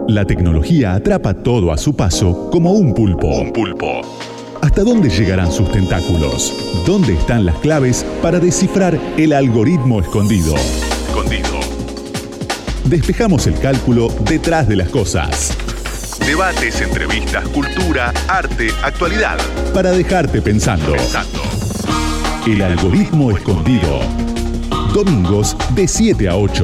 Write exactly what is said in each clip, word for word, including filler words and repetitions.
La tecnología atrapa todo a su paso como un pulpo. Un pulpo. ¿Hasta dónde llegarán sus tentáculos? ¿Dónde están las claves para descifrar el algoritmo escondido? Escondido. Despejamos el cálculo detrás de las cosas. Debates, entrevistas, cultura, arte, actualidad. Para dejarte pensando. Pensando. El algoritmo escondido. Domingos de siete a ocho.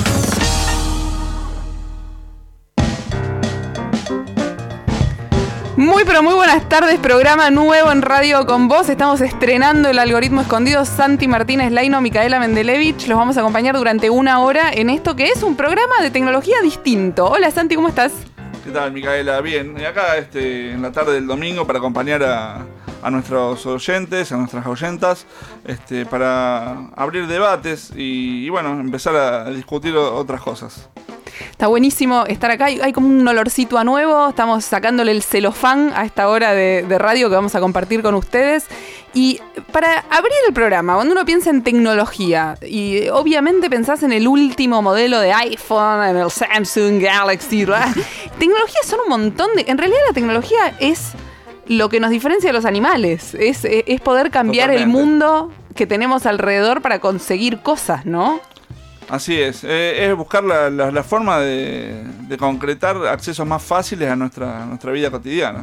Muy pero muy buenas tardes, programa nuevo en Radio con Vos. Estamos estrenando el algoritmo escondido. Santi Martínez Laino, Micaela Mendelevich. Los vamos a acompañar durante una hora en esto que es un programa de tecnología distinto. Hola Santi, ¿cómo estás? ¿Qué tal, Micaela? Bien, y acá este, en la tarde del domingo para acompañar a, a nuestros oyentes, a nuestras oyentas, este, para abrir debates y, y bueno, empezar a discutir otras cosas. Está buenísimo estar acá, hay como un olorcito a nuevo, estamos sacándole el celofán a esta hora de, de radio que vamos a compartir con ustedes. Y para abrir el programa, cuando uno piensa en tecnología, y obviamente pensás en el último modelo de iPhone, en el Samsung Galaxy, ¿verdad? Tecnología son un montón de... En realidad la tecnología es lo que nos diferencia de los animales, es, es poder cambiar Totalmente. El mundo que tenemos alrededor para conseguir cosas, ¿no? Así es, eh, es buscar la, la, la forma de, de concretar accesos más fáciles a nuestra, a nuestra vida cotidiana.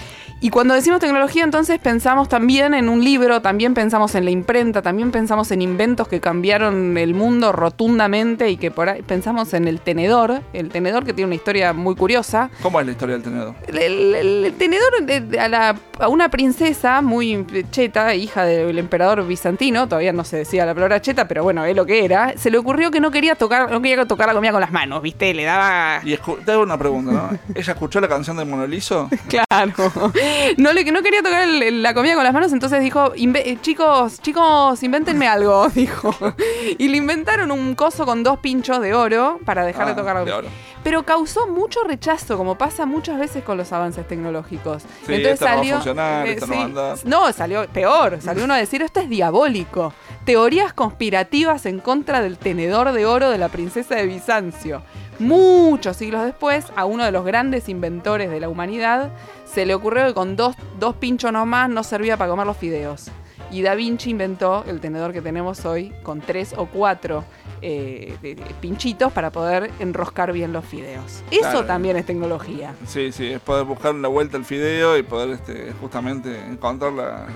Y cuando decimos tecnología, entonces pensamos también en un libro, también pensamos en la imprenta, también pensamos en inventos que cambiaron el mundo rotundamente y que por ahí pensamos en el tenedor, el tenedor que tiene una historia muy curiosa. ¿Cómo es la historia del tenedor? El, el, el tenedor de, a, la, a una princesa muy cheta, hija del emperador bizantino, todavía no se decía la palabra cheta, pero bueno, es lo que era, se le ocurrió que no quería tocar, no quería tocar la comida con las manos, ¿viste? Le daba... Y escu- te hago una pregunta, ¿no? ¿Ella escuchó la canción de Mona Lisa? Claro. No, le, no quería tocar el, el, la comida con las manos, entonces dijo, chicos, chicos, invéntenme algo, dijo. Y le inventaron un coso con dos pinchos de oro para dejar ah, de tocar la comida. Pero causó mucho rechazo, como pasa muchas veces con los avances tecnológicos. Sí, entonces esto salió, no va a funcionar, eh, esto sí, no va a andar. No, salió peor, salió uno a decir, esto es diabólico. Teorías conspirativas en contra del tenedor de oro de la princesa de Bizancio. Muchos siglos después, a uno de los grandes inventores de la humanidad, se le ocurrió que con dos, dos pinchos nomás no servía para comer los fideos. Y Da Vinci inventó el tenedor que tenemos hoy con tres o cuatro eh, de, de pinchitos para poder enroscar bien los fideos. Eso claro. También es tecnología. Sí, sí, es poder buscar la vuelta al fideo y poder este, justamente encontrar la...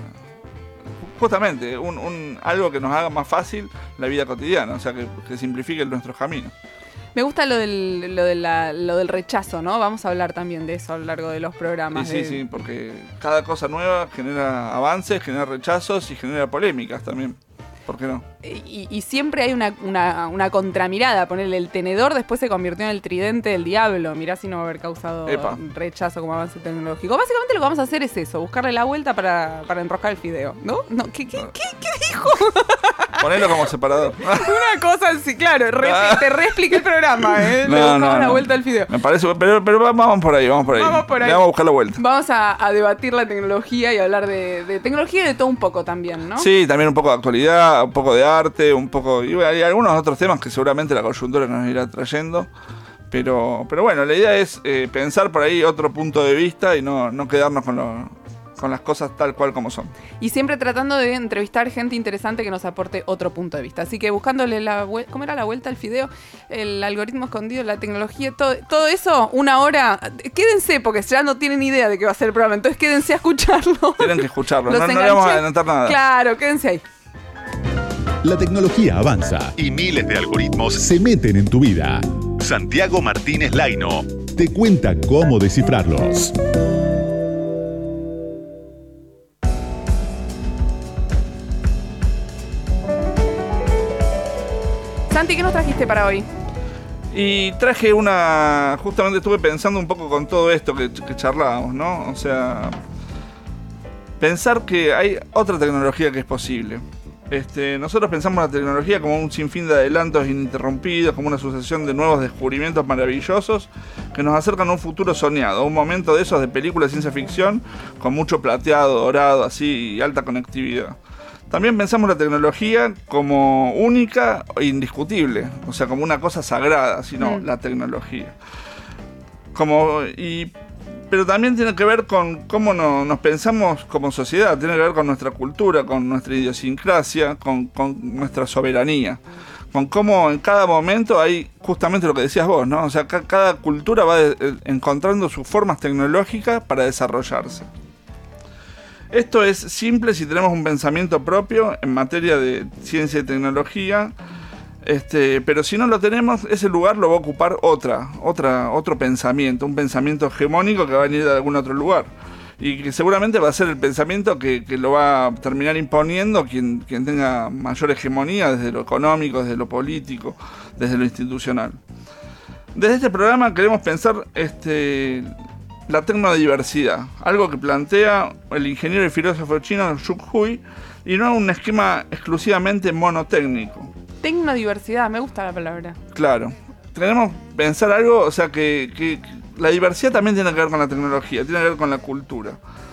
Justamente, un, un, algo que nos haga más fácil la vida cotidiana, o sea, que, que simplifique nuestros caminos. Me gusta lo del, lo, de la, lo del rechazo, ¿no? Vamos a hablar también de eso a lo largo de los programas. Sí, de... sí, sí, porque cada cosa nueva genera avances, genera rechazos y genera polémicas también. ¿Por qué no? Y, y siempre hay una, una, una contramirada. Ponerle el tenedor, después se convirtió en el tridente del diablo. Mirá si no va a haber causado Epa. rechazo como avance tecnológico. Básicamente lo que vamos a hacer es eso, buscarle la vuelta para, para enroscar el fideo, ¿no? no ¿qué, qué, qué, ¿Qué dijo? Ponelo como separador. Una cosa así, claro, re, te reexpliqué el programa, ¿eh? No, Le buscamos no, la no. vuelta al fideo. Me parece, pero, pero vamos por ahí, vamos por ahí. Vamos por ahí. Le vamos a buscar la vuelta. Vamos a, a debatir la tecnología y hablar de, de tecnología y de todo un poco también, ¿no? Sí, también un poco de actualidad, un poco de arte, un poco... Y hay algunos otros temas que seguramente la coyuntura nos irá trayendo. Pero, pero bueno, la idea es eh, pensar por ahí otro punto de vista y no, no quedarnos con lo... con las cosas tal cual como son. Y siempre tratando de entrevistar gente interesante que nos aporte otro punto de vista. Así que buscándole la vuelta, ¿cómo era la vuelta al fideo? El algoritmo escondido, la tecnología, todo, todo eso, una hora. Quédense, porque ya no tienen idea de qué va a ser el programa, entonces quédense a escucharlo. Tienen que escucharlo, no, no le vamos a adelantar nada. Claro, quédense ahí. La tecnología avanza y miles de algoritmos se meten en tu vida. Santiago Martínez Laino te cuenta cómo descifrarlos. Santi, ¿qué nos trajiste para hoy? Y traje una... Justamente estuve pensando un poco con todo esto que, que charlábamos, ¿no? O sea... Pensar que hay otra tecnología que es posible. Este, nosotros pensamos la tecnología como un sinfín de adelantos ininterrumpidos, como una sucesión de nuevos descubrimientos maravillosos que nos acercan a un futuro soñado, un momento de esos de películas de ciencia ficción con mucho plateado, dorado, así, y alta conectividad. También pensamos la tecnología como única e indiscutible, o sea, como una cosa sagrada, sino mm. la tecnología. Como, y, pero también tiene que ver con cómo no, nos pensamos como sociedad, tiene que ver con nuestra cultura, con nuestra idiosincrasia, con, con nuestra soberanía, con cómo en cada momento hay justamente lo que decías vos, ¿no? O sea, ca- cada cultura va de, eh, encontrando sus formas tecnológicas para desarrollarse. Esto es simple si tenemos un pensamiento propio en materia de ciencia y tecnología, este, pero si no lo tenemos, ese lugar lo va a ocupar otra, otra, otro pensamiento, un pensamiento hegemónico que va a venir de algún otro lugar. Y que seguramente va a ser el pensamiento que, que lo va a terminar imponiendo quien, quien tenga mayor hegemonía desde lo económico, desde lo político, desde lo institucional. Desde este programa queremos pensar este, la tecnodiversidad, algo que plantea el ingeniero y filósofo chino Xu Hui, y no un esquema exclusivamente monotécnico. Tecnodiversidad, me gusta la palabra. Claro, queremos pensar algo, o sea, que, que la diversidad también tiene que ver con la tecnología, tiene que ver con la cultura.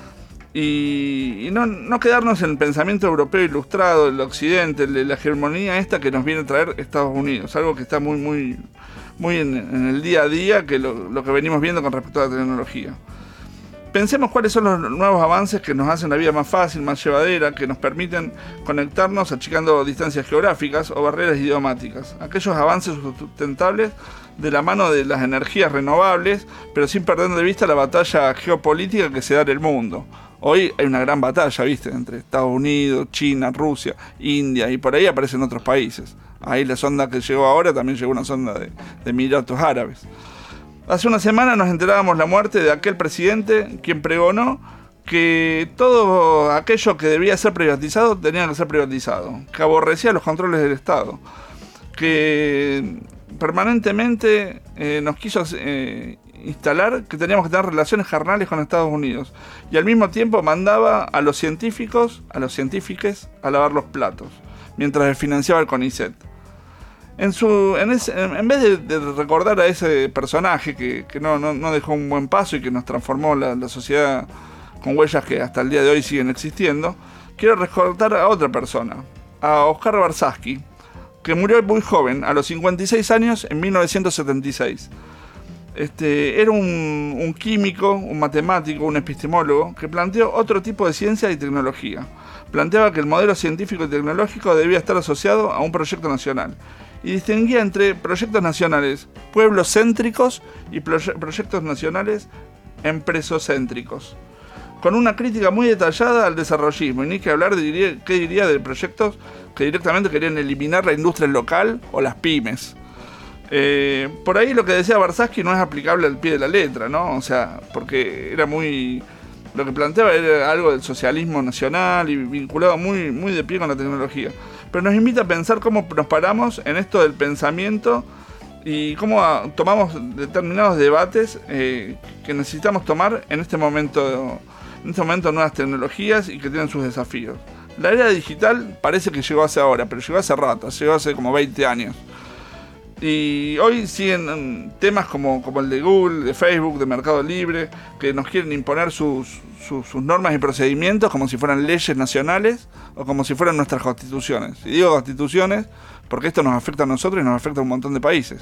Y, y no, no quedarnos en el pensamiento europeo ilustrado, el occidente, de la hegemonía esta que nos viene a traer Estados Unidos, algo que está muy, muy, muy en, en el día a día, que lo, lo que venimos viendo con respecto a la tecnología. Pensemos cuáles son los nuevos avances que nos hacen la vida más fácil, más llevadera, que nos permiten conectarnos achicando distancias geográficas o barreras idiomáticas. Aquellos avances sustentables de la mano de las energías renovables, pero sin perder de vista la batalla geopolítica que se da en el mundo. Hoy hay una gran batalla, ¿viste?, entre Estados Unidos, China, Rusia, India, y por ahí aparecen otros países. Ahí la sonda que llegó ahora también llegó una sonda de, de Emiratos Árabes. Hace una semana nos enterábamos la muerte de aquel presidente quien pregonó que todo aquello que debía ser privatizado tenía que ser privatizado, que aborrecía los controles del Estado, que permanentemente eh, nos quiso eh, instalar que teníamos que tener relaciones carnales con Estados Unidos, y al mismo tiempo mandaba a los científicos, a los científicos a lavar los platos, mientras les financiaba el CONICET. En, su, en, ese, en, en vez de, de recordar a ese personaje que, que no, no, no dejó un buen paso y que nos transformó la, la sociedad con huellas que hasta el día de hoy siguen existiendo, quiero recordar a otra persona, a Oscar Barsaski, que murió muy joven, a los cincuenta y seis años, en mil novecientos setenta y seis. Este, era un, un químico, un matemático, un epistemólogo, que planteó otro tipo de ciencia y tecnología. Planteaba que el modelo científico y tecnológico debía estar asociado a un proyecto nacional, y distinguía entre proyectos nacionales pueblocéntricos y proye- proyectos nacionales empresocéntricos, con una crítica muy detallada al desarrollismo, y ni que hablar de diría, qué diría de proyectos que directamente querían eliminar la industria local o las pymes. Eh, por ahí lo que decía Barsaski no es aplicable al pie de la letra, ¿no? O sea, porque era muy... Lo que planteaba era algo del socialismo nacional y vinculado muy, muy de pie con la tecnología. Pero nos invita a pensar cómo nos paramos en esto del pensamiento y cómo a, tomamos determinados debates eh, que necesitamos tomar en este momento, en este momento nuevas tecnologías y que tienen sus desafíos. La era digital parece que llegó hace ahora, pero llegó hace rato, llegó hace como veinte años. Y hoy siguen temas como, como el de Google, de Facebook, de Mercado Libre, que nos quieren imponer sus, sus, sus normas y procedimientos como si fueran leyes nacionales o como si fueran nuestras constituciones. Y digo constituciones porque esto nos afecta a nosotros y nos afecta a un montón de países.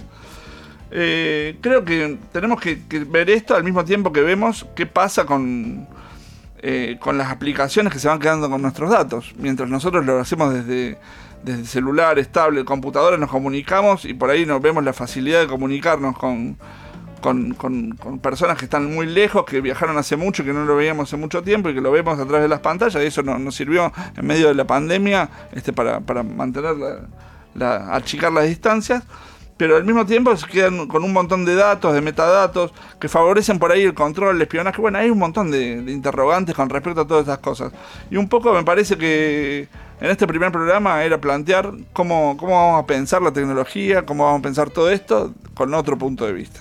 Eh, creo que tenemos que, que ver esto al mismo tiempo que vemos qué pasa con, eh, con las aplicaciones que se van quedando con nuestros datos. Mientras nosotros lo hacemos desde... desde celulares, tablets, computadoras, nos comunicamos y por ahí nos vemos la facilidad de comunicarnos con, con, con, con personas que están muy lejos, que viajaron hace mucho, que no lo veíamos hace mucho tiempo y que lo vemos a través de las pantallas, y eso nos, nos sirvió en medio de la pandemia este, para, para mantener la, la, achicar las distancias. Pero al mismo tiempo se quedan con un montón de datos, de metadatos, que favorecen por ahí el control, el espionaje. Bueno, hay un montón de, de interrogantes con respecto a todas estas cosas. Y un poco me parece que en este primer programa era plantear cómo, cómo vamos a pensar la tecnología, cómo vamos a pensar todo esto con otro punto de vista.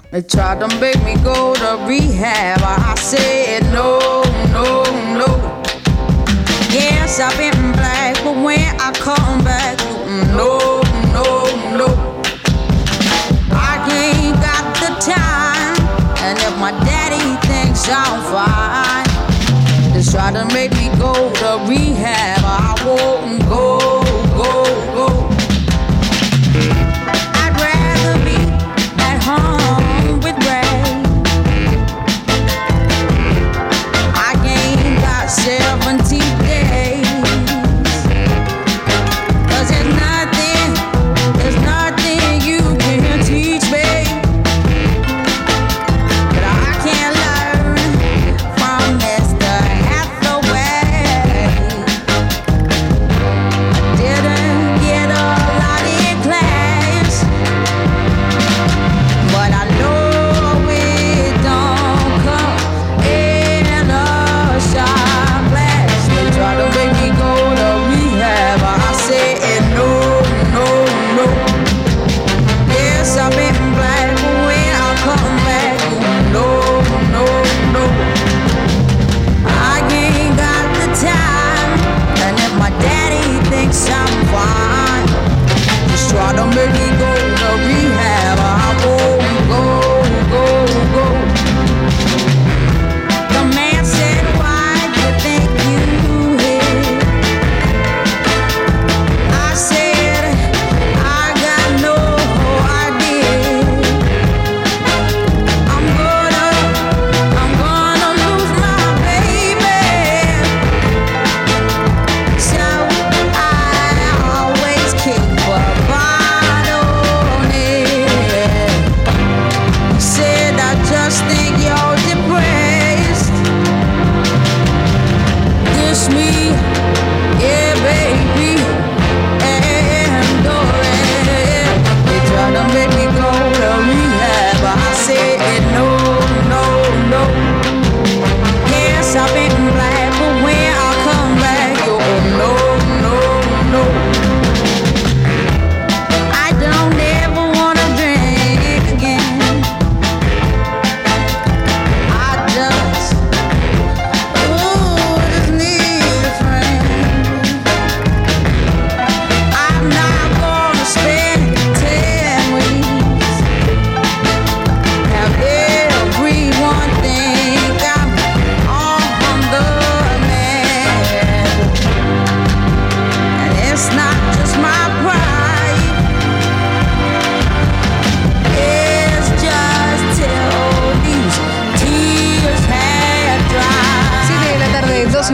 Ain't got the time, and if my daddy thinks I'm fine, just try to make me go to rehab. I won't go, go, go. I'd rather be at home with Ray,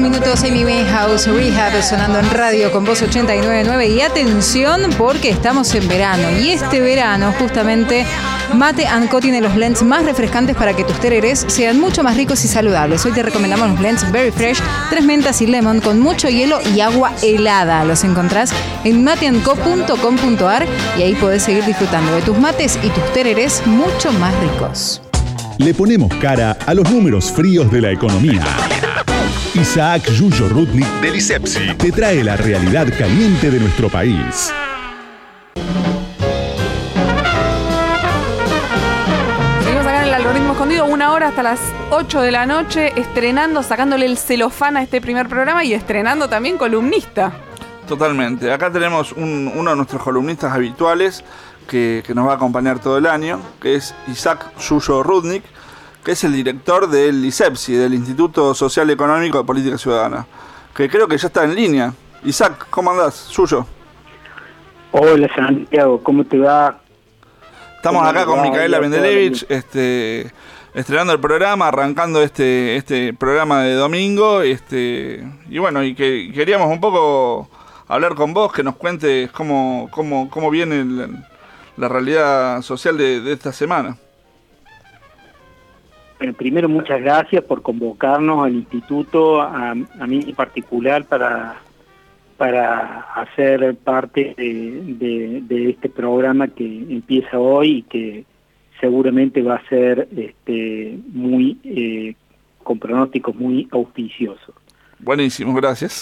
minutos, Amy Winehouse, Rehab, sonando en radio con Voz ochenta y nueve punto nueve. Y atención, porque estamos en verano. Y este verano, justamente, Mate and Co tiene los blends más refrescantes para que tus tererés sean mucho más ricos y saludables. Hoy te recomendamos los blends Very Fresh, tres mentas y lemon con mucho hielo y agua helada. Los encontrás en mate and co punto com punto a r y ahí podés seguir disfrutando de tus mates y tus tererés mucho más ricos. Le ponemos cara a los números fríos de la economía. Isaac Yuyo Rudnik del ISEPSI te trae la realidad caliente de nuestro país. Seguimos acá en el algoritmo escondido, una hora hasta las ocho de la noche, estrenando, sacándole el celofán a este primer programa y estrenando también columnista. Totalmente. Acá tenemos un, uno de nuestros columnistas habituales que, que nos va a acompañar todo el año, que es Isaac Yuyo Rudnik, que es el director del ISEPSI, del Instituto Social Económico de Política Ciudadana, que creo que ya está en línea. Isaac, ¿cómo andás? Yuyo. Hola Santiago, ¿cómo te va? Estamos acá con Micaela Mendelevich, este, estrenando el programa, arrancando este, este programa de domingo, este, y bueno, y que queríamos un poco hablar con vos, que nos cuentes cómo, cómo, cómo viene el, la realidad social de, de esta semana. Bueno, primero muchas gracias por convocarnos al instituto, a, a mí en particular, para, para hacer parte de, de, de este programa que empieza hoy y que seguramente va a ser este, muy eh, con pronósticos muy auspiciosos. Buenísimo, gracias.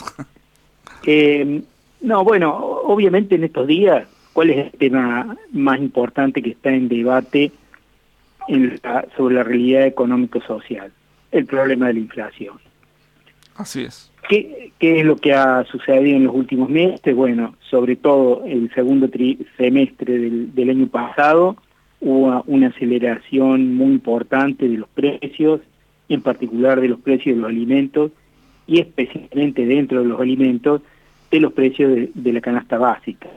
Eh, no, bueno, obviamente en estos días, ¿cuál es el tema más importante que está en debate en la, sobre la realidad económico-social? El problema de la inflación. Así es. ¿Qué, qué es lo que ha sucedido en los últimos meses? Bueno, sobre todo el segundo tri semestre del, del año pasado hubo una aceleración muy importante de los precios, en particular de los precios de los alimentos y especialmente dentro de los alimentos de los precios de, de la canasta básica.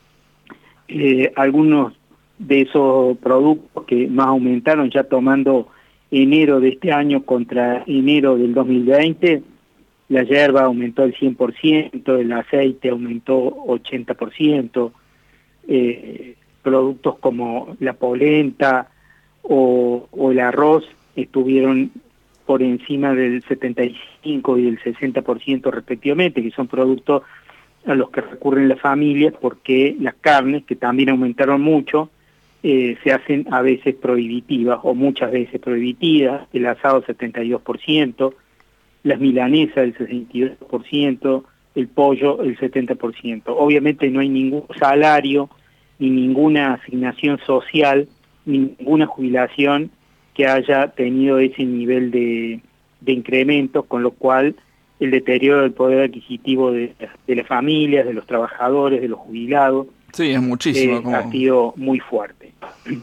Eh, algunos de esos productos que más aumentaron, ya tomando enero de este año contra enero del dos mil veinte, la yerba aumentó el cien por ciento, el aceite aumentó ochenta por ciento, eh, productos como la polenta o, o el arroz estuvieron por encima del setenta y cinco y del sesenta por ciento respectivamente, que son productos a los que recurren las familias porque las carnes, que también aumentaron mucho, eh, se hacen a veces prohibitivas o muchas veces prohibitivas. El asado setenta y dos por ciento, las milanesas el sesenta y dos por ciento, el pollo el setenta por ciento. Obviamente no hay ningún salario ni ninguna asignación social, ni ninguna jubilación que haya tenido ese nivel de, de incremento, con lo cual el deterioro del poder adquisitivo de, de las familias, de los trabajadores, de los jubilados, sí, es muchísimo, eh, como... ha sido muy fuerte.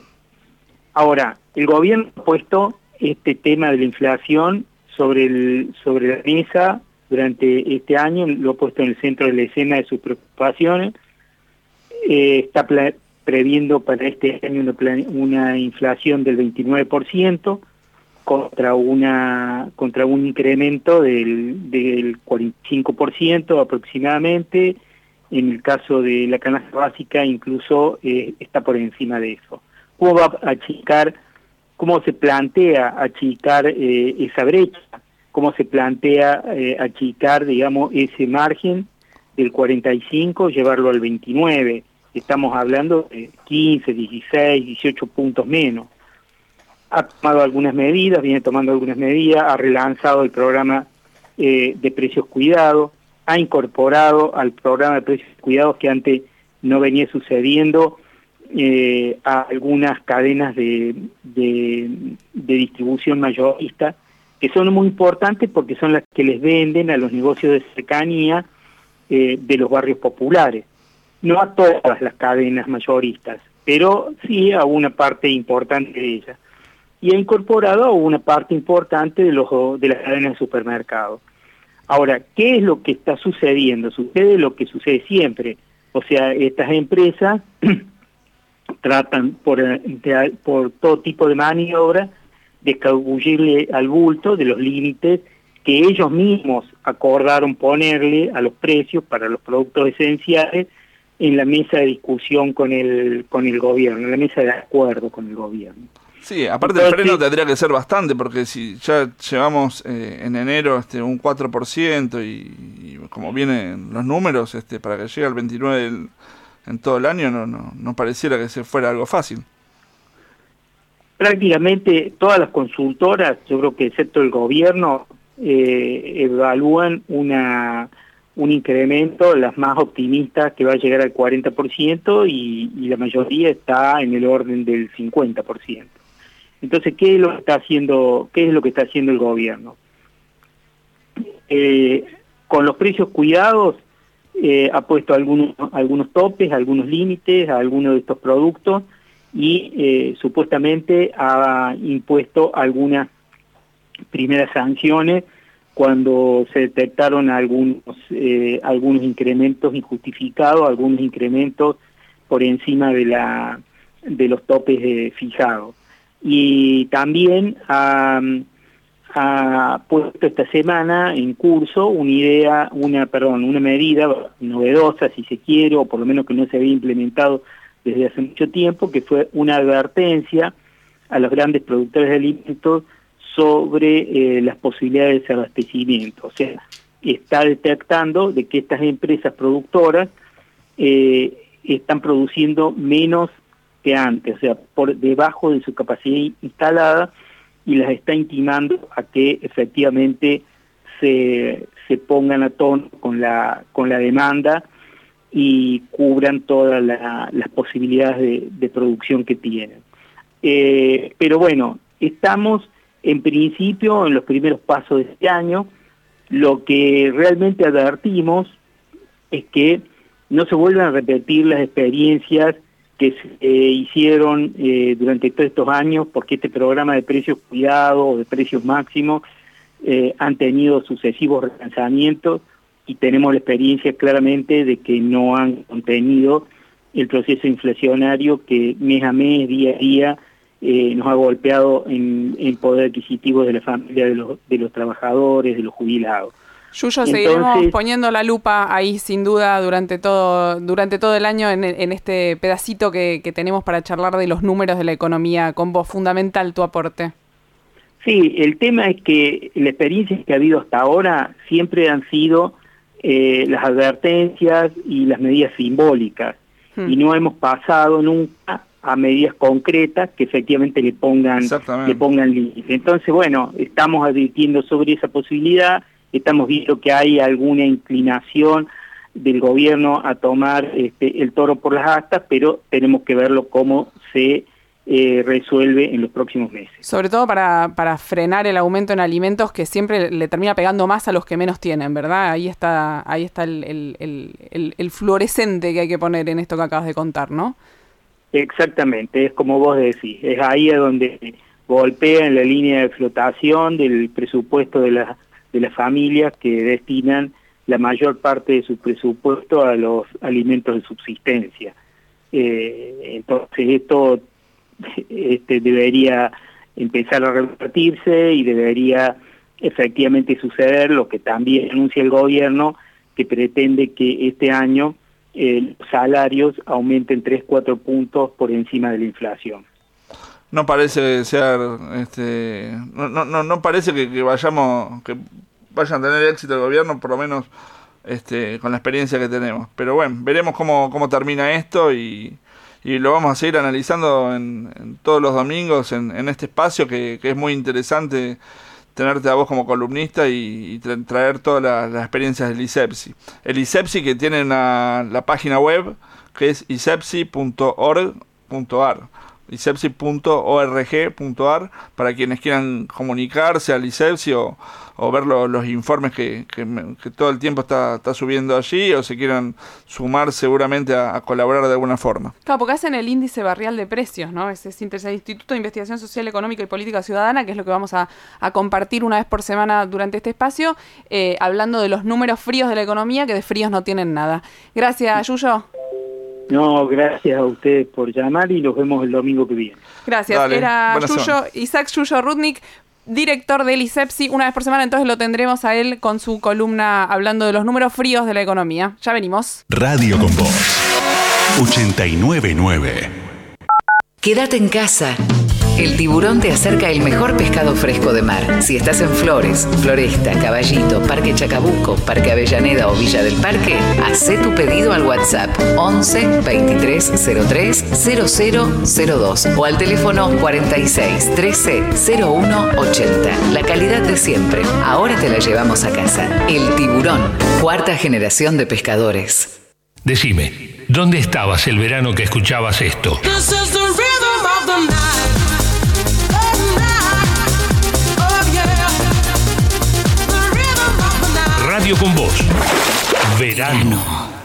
Ahora, el gobierno ha puesto este tema de la inflación sobre, el, sobre la mesa durante este año, lo ha puesto en el centro de la escena de sus preocupaciones. Eh, está previendo para este año una, una inflación del veintinueve por ciento, contra una contra un incremento del, del cuarenta y cinco por ciento aproximadamente. En el caso de la canasta básica incluso eh, está por encima de eso. ¿Cómo va a achicar, cómo se plantea achicar eh, esa brecha? ¿Cómo se plantea eh, achicar, digamos, ese margen del cuarenta y cinco, llevarlo al veintinueve? Estamos hablando de quince, dieciséis, dieciocho puntos menos. Ha tomado algunas medidas, viene tomando algunas medidas, ha relanzado el programa eh, de precios cuidados, ha incorporado al programa de precios cuidados, que antes no venía sucediendo, eh, a algunas cadenas de, de, de distribución mayorista, que son muy importantes porque son las que les venden a los negocios de cercanía eh, de los barrios populares. No a todas las cadenas mayoristas, pero sí a una parte importante de ellas. Y ha incorporado a una parte importante de, los, de las cadenas de supermercados. Ahora, ¿qué es lo que está sucediendo? Sucede lo que sucede siempre. O sea, estas empresas tratan por, de, por todo tipo de maniobra de escabullirle al bulto de los límites que ellos mismos acordaron ponerle a los precios para los productos esenciales en la mesa de discusión con el con el gobierno, en la mesa de acuerdo con el gobierno. Sí, aparte Entonces, el freno tendría que ser bastante, porque si ya llevamos eh, en enero este un cuatro por ciento y, y como vienen los números, este para que llegue al veintinueve por ciento del, en todo el año, no, no, no pareciera que se fuera algo fácil. Prácticamente todas las consultoras, yo creo que excepto el gobierno, eh, evalúan una un incremento, las más optimistas, que va a llegar al cuarenta por ciento y, y la mayoría está en el orden del cincuenta por ciento. Entonces, ¿qué es lo que está haciendo, qué es lo que está haciendo el gobierno? Eh, con los precios cuidados, eh, ha puesto algunos, algunos topes, algunos límites a algunos de estos productos y eh, supuestamente ha impuesto algunas primeras sanciones cuando se detectaron algunos eh, algunos incrementos injustificados, algunos incrementos por encima de la de los topes eh, fijados. Y también ha, ha puesto esta semana en curso una idea, una perdón, una medida novedosa, si se quiere, o por lo menos que no se había implementado desde hace mucho tiempo, que fue una advertencia a los grandes productores de alimentos sobre eh, las posibilidades de desabastecimiento. O sea, está detectando de que estas empresas productoras eh, están produciendo menos que antes, o sea, por debajo de su capacidad instalada, y las está intimando a que efectivamente se, se pongan a tono con la, con la demanda y cubran todas la, las posibilidades de, de producción que tienen. Eh, pero bueno, estamos en principio en los primeros pasos de este año. Lo que realmente advertimos es que no se vuelvan a repetir las experiencias que se eh, hicieron eh, durante todos estos años, porque este programa de precios cuidados o de precios máximos eh, han tenido sucesivos relanzamientos y tenemos la experiencia claramente de que no han contenido el proceso inflacionario que mes a mes, día a día, eh, nos ha golpeado en el poder adquisitivo de la familia, de los, de los trabajadores, de los jubilados. Yuyo, Entonces, seguiremos poniendo la lupa ahí sin duda durante todo durante todo el año en, en este pedacito que, que tenemos para charlar de los números de la economía con vos. Fundamental tu aporte. Sí, el tema es que la experiencia que ha habido hasta ahora siempre han sido eh, las advertencias y las medidas simbólicas, hmm. y no hemos pasado nunca a medidas concretas que efectivamente le pongan le pongan límite. Entonces, bueno, estamos advirtiendo sobre esa posibilidad. Estamos viendo que hay alguna inclinación del gobierno a tomar este, el toro por las astas, pero tenemos que verlo cómo se eh, resuelve en los próximos meses. Sobre todo para, para frenar el aumento en alimentos que siempre le termina pegando más a los que menos tienen, ¿verdad? Ahí está ahí está el, el, el, el, el fluorescente que hay que poner en esto que acabas de contar, ¿no? Exactamente, es como vos decís, es ahí donde golpea en la línea de flotación del presupuesto de las de las familias que destinan la mayor parte de su presupuesto a los alimentos de subsistencia. Eh, entonces esto este, debería empezar a revertirse y debería efectivamente suceder lo que también anuncia el gobierno, que pretende que este año eh, los salarios aumenten tres, cuatro puntos por encima de la inflación. No parece ser, este, no, no, no parece que, que vayamos, que vayan a tener éxito el gobierno, por lo menos este, con la experiencia que tenemos. Pero bueno, veremos cómo, cómo termina esto y, y lo vamos a seguir analizando en, en todos los domingos en, en este espacio que, que es muy interesante tenerte a vos como columnista y, y tra- traer todas las, las experiencias del ISEPSI. El ISEPSI que tiene una, la página web que es isepsi punto org punto ar. isepsi punto org punto ar para quienes quieran comunicarse al ISEPSI o, o ver lo, los informes que, que, que todo el tiempo está, está subiendo allí, o se quieran sumar seguramente a, a colaborar de alguna forma. Claro, porque hacen el índice barrial de precios, ¿no? Ese es interesante. Instituto de Investigación Social, Económica y Política Ciudadana, que es lo que vamos a, a compartir una vez por semana durante este espacio, eh, hablando de los números fríos de la economía, que de fríos no tienen nada. Gracias, Yuyo. No, gracias a ustedes por llamar y nos vemos el domingo que viene. Gracias. Dale, Era buena Yuyo, semana. Isaac Yuyo Rudnick, director del ISEPSI. Una vez por semana entonces lo tendremos a él con su columna hablando de los números fríos de la economía. Ya venimos. Radio con Voz ochenta y nueve nueve. Quédate en casa. El Tiburón te acerca el mejor pescado fresco de mar. Si estás en Flores, Floresta, Caballito, Parque Chacabuco, Parque Avellaneda o Villa del Parque, hacé tu pedido al WhatsApp once veintitrés cero tres cero cero cero dos o al teléfono cuarenta y seis trece cero uno ochenta. La calidad de siempre. Ahora te la llevamos a casa. El Tiburón, cuarta generación de pescadores. Decime, ¿dónde estabas el verano que escuchabas esto? Radio con Voz. Verano.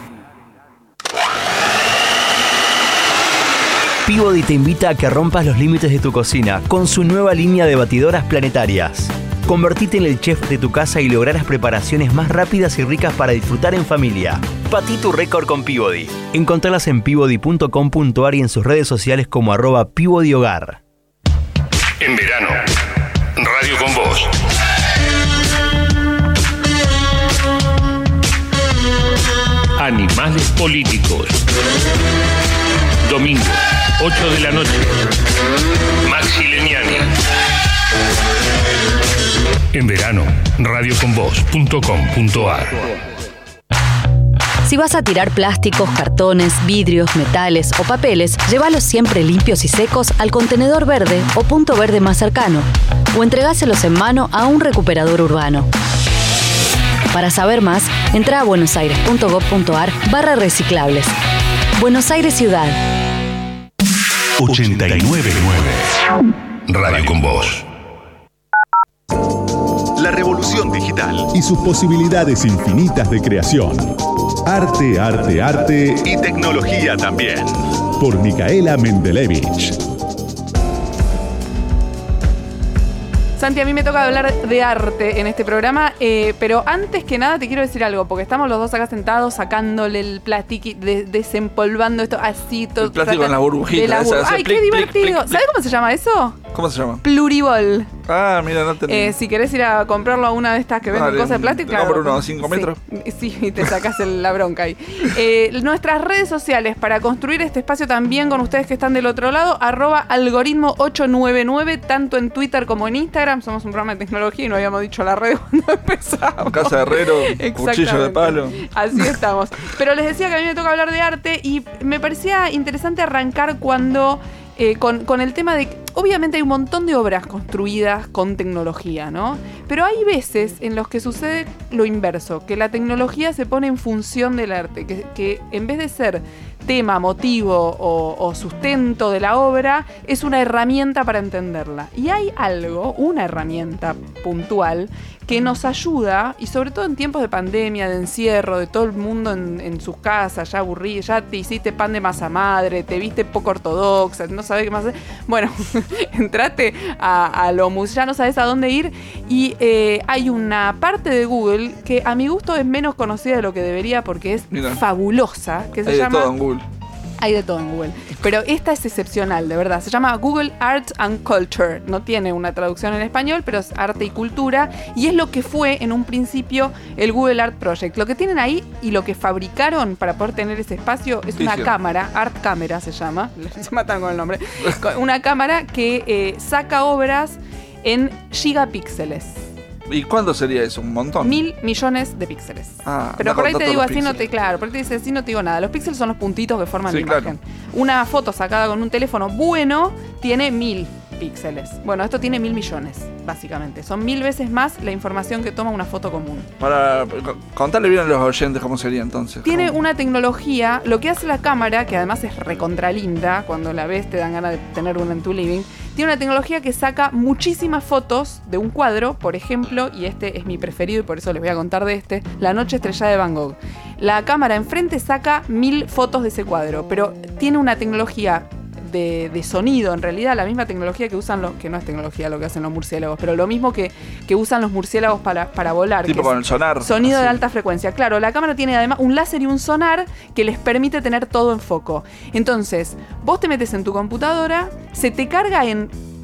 Peabody te invita a que rompas los límites de tu cocina con su nueva línea de batidoras planetarias. Convertite en el chef de tu casa y lograrás preparaciones más rápidas y ricas para disfrutar en familia. Batí tu récord con Peabody. Encontralas en peabody punto com punto a r y en sus redes sociales como arroba Peabody Hogar. En verano. Radio con Voz. Animales políticos. Domingo, ocho de la noche. Maxi Leniani. En verano, radio con voz punto com punto a r. Si vas a tirar plásticos, cartones, vidrios, metales o papeles, llévalos siempre limpios y secos al contenedor verde o punto verde más cercano, o entregáselos en mano a un recuperador urbano. Para saber más, entra a buenosaires punto gov punto a r barra reciclables. Buenos Aires Ciudad. ochenta y nueve nueve. Radio con Voz. La revolución digital y sus posibilidades infinitas de creación. Arte, arte, arte y tecnología también. Por Micaela Mendelevich. Santi, a mí me toca hablar de arte en este programa, eh, pero antes que nada te quiero decir algo, porque estamos los dos acá sentados sacándole el plástico, de, desempolvando esto así. Todo, el plástico en las burbujitas. La bur- ¡Ay, qué divertido! ¿Sabes cómo se llama eso? ¿Cómo se llama? Pluribol. Ah, mira, no te... Eh, si querés ir a comprarlo a una de estas que venden Vale, cosas de plástico, te claro. compro uno a cinco metros. Sí, sí, y te sacás el- la bronca ahí. Eh, nuestras redes sociales para construir este espacio también con ustedes que están del otro lado, arroba algoritmo ocho nueve nueve, tanto en Twitter como en Instagram. Somos un programa de tecnología y no habíamos dicho la red cuando empezamos. Casa de herrero, cuchillo de palo. Así estamos. Pero les decía que a mí me toca hablar de arte y me parecía interesante arrancar cuando... Eh, con, con el tema de que obviamente hay un montón de obras construidas con tecnología, ¿no? Pero hay veces en los que sucede lo inverso, que la tecnología se pone en función del arte, que, que en vez de ser tema, motivo o, o sustento de la obra, es una herramienta para entenderla. Y hay algo, una herramienta puntual, que nos ayuda, y sobre todo en tiempos de pandemia, de encierro, de todo el mundo en, en sus casas, ya aburrido, ya te hiciste pan de masa madre, te viste poco ortodoxa, no sabés qué más hacer. Bueno, entrate a, a lo mus, ya no sabes a dónde ir, y eh, hay una parte de Google que a mi gusto es menos conocida de lo que debería porque es Mira. fabulosa, que se Hay de llama... todo en Google. Hay de todo en Google. Pero esta es excepcional, de verdad. Se llama Google Arts and Culture. No tiene una traducción en español, pero es arte y cultura. Y es lo que fue en un principio el Google Art Project. Lo que tienen ahí y lo que fabricaron para poder tener ese espacio es una Hicieron. cámara, Art Camera se llama. Se matan con el nombre. Una cámara que eh, saca obras en gigapíxeles. ¿Y cuándo sería eso? ¿Un montón? Mil millones de píxeles. Ah, Pero no por ahí contá te todos digo los así, no te, píxeles. claro, por ahí te dice así, no te digo nada. Los píxeles son los puntitos que forman Sí, la imagen. Una foto sacada con un teléfono bueno tiene mil píxeles. Bueno, esto tiene mil millones, básicamente. Son mil veces más la información que toma una foto común. Para co- contarle bien a los oyentes cómo sería entonces. Tiene ¿Cómo? una tecnología, lo que hace la cámara, que además es recontralinda, cuando la ves te dan ganas de tener una en tu living, tiene una tecnología que saca muchísimas fotos de un cuadro, por ejemplo, y este es mi preferido y por eso les voy a contar de este, La noche estrellada de Van Gogh. La cámara enfrente saca mil fotos de ese cuadro, pero tiene una tecnología de, de sonido, en realidad la misma tecnología que usan los, que no es tecnología lo que hacen los murciélagos, pero lo mismo que, que usan los murciélagos para, para volar. Tipo que con es el sonar. Sonido así. de alta frecuencia. Claro, la cámara tiene además un láser y un sonar que les permite tener todo en foco. Entonces, vos te metes en tu computadora, se te carga en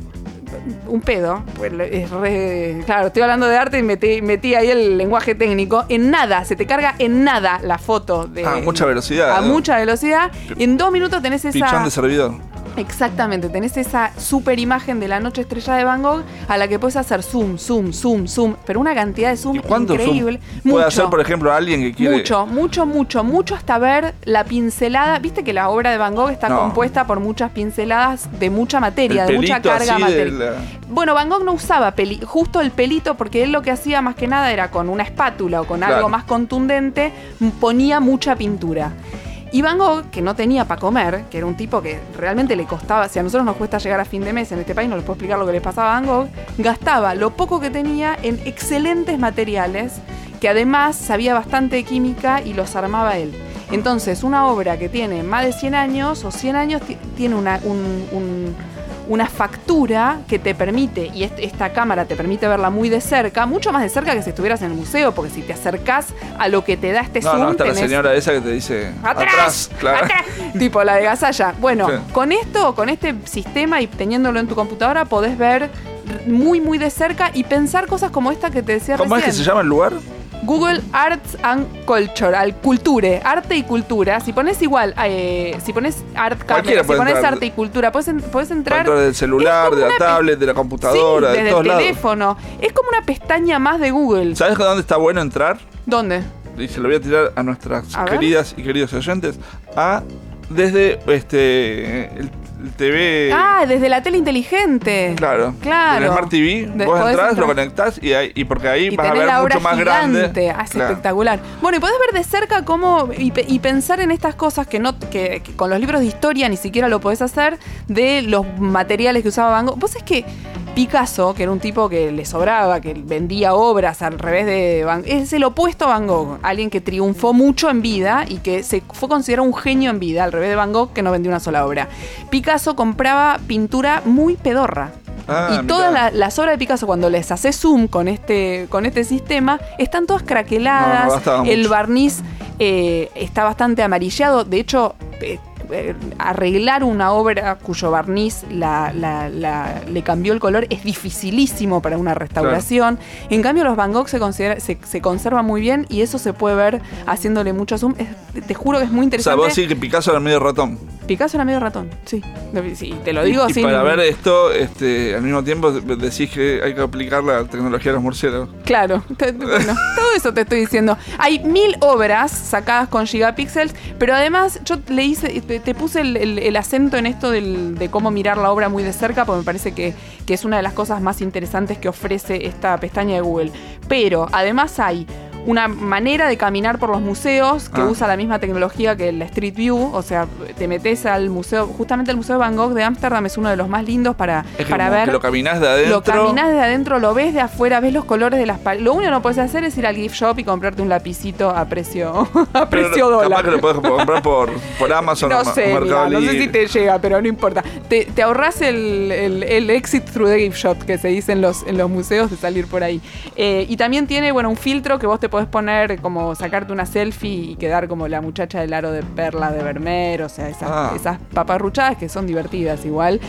un pedo. Pues es re, claro, estoy hablando de arte y metí, metí ahí el lenguaje técnico. En nada, se te carga en nada la foto. De, a mucha velocidad. A ¿no? mucha velocidad. En dos minutos tenés esa... Pichón de servidor. Exactamente, tenés esa super imagen de la noche estrellada de Van Gogh a la que puedes hacer zoom, zoom, zoom, zoom, pero una cantidad de zoom increíble. Zoom puede mucho, hacer, por ejemplo, alguien que quiere... Mucho, mucho, mucho, mucho hasta ver la pincelada. Viste que la obra de Van Gogh está no. compuesta por muchas pinceladas de mucha materia, el de mucha carga material. La... Bueno, Van Gogh no usaba peli, justo el pelito, porque él lo que hacía más que nada era con una espátula o con claro. algo más contundente, ponía mucha pintura. Y Van Gogh, que no tenía para comer, que era un tipo que realmente le costaba, si a nosotros nos cuesta llegar a fin de mes en este país, no les puedo explicar lo que le pasaba a Van Gogh, gastaba lo poco que tenía en excelentes materiales, que además sabía bastante de química y los armaba él. Entonces, una obra que tiene más de cien años o cien años t- tiene una, un, un, una factura que te permite, y est- esta cámara te permite verla muy de cerca, mucho más de cerca que si estuvieras en el museo, porque si te acercás a lo que te da este no, zoom... No, está tenés... la señora esa que te dice... ¡Atrás! ¡Atrás! Claro. ¡Atrás! Tipo la de Gasalla. Bueno, sí. con esto, con este sistema y teniéndolo en tu computadora, podés ver muy, muy de cerca y pensar cosas como esta que te decía ¿Cómo recién. es que se llama el lugar? Google Arts and Culture, al culture, arte y cultura. Si pones igual, eh, si pones art camera, si pones entrar. arte y cultura, puedes, en, puedes entrar. Puedes entrar del celular, de la tablet, de la computadora, sí, de desde todos el lados. teléfono. Es como una pestaña más de Google. ¿Sabes dónde está bueno entrar? ¿Dónde? Y se lo voy a tirar a nuestras a queridas y queridos oyentes. A desde este el, el T V. Ah, desde la tele inteligente. Claro. Claro. En el Smart T V, de, vos entrás, entrar. lo conectás y, hay, y porque ahí y vas a ver la mucho obra más gigante. grande. Ah, es claro. espectacular. Bueno, y podés ver de cerca cómo y, y pensar en estas cosas que no que, que con los libros de historia ni siquiera lo podés hacer, de los materiales que usaba Van Gogh. Vos es que Picasso, que era un tipo que le sobraba, que vendía obras al revés de Van Gogh, es el opuesto a Van Gogh, alguien que triunfó mucho en vida y que se fue considerado un genio en vida, al revés de Van Gogh, que no vendió una sola obra. Picasso compraba pintura muy pedorra. Ah, y todas la, las obras de Picasso, cuando les haces zoom con este, con este sistema, están todas craqueladas, no, no el mucho. barniz eh, está bastante amarillado. De hecho, eh, eh, arreglar una obra cuyo barniz la, la, la, le cambió el color es dificilísimo para una restauración. Claro. En cambio, los Van Gogh se, considera, se, se conservan muy bien y eso se puede ver haciéndole mucho zoom. Es, te juro que es muy interesante. O sea, vos decís que Picasso era medio ratón. Picasso era medio ratón, sí. sí te lo digo y, y sin... para ver esto, este, al mismo tiempo decís que hay que aplicar la tecnología de los murciélagos. Claro. Te, bueno, todo eso te estoy diciendo. Hay mil obras sacadas con gigapíxeles, pero además yo le hice, te, te puse el, el, el acento en esto del, de cómo mirar la obra muy de cerca, porque me parece que, que es una de las cosas más interesantes que ofrece esta pestaña de Google. Pero además hay una manera de caminar por los museos que ah. usa la misma tecnología que la Street View, o sea, te metes al museo, justamente el Museo de Van Gogh de Ámsterdam es uno de los más lindos para, es que para ver. Que lo caminás de adentro. Lo caminás de adentro, lo ves de afuera, ves los colores de las paredes. Lo único que no puedes hacer es ir al gift shop y comprarte un lapicito a precio, a precio pero, dólar. Capaz que lo puedes comprar por, por Amazon no o sé, Mercado mira, Libre. No sé si te llega, pero no importa. Te, te ahorras el, el, el exit through the gift shop que se dice en los, en los museos de salir por ahí. Eh, y también tiene, bueno, un filtro que vos te podés poner como sacarte una selfie y quedar como la muchacha del aro de perla de Vermeer, o sea, esas, ah. esas paparruchadas que son divertidas igual,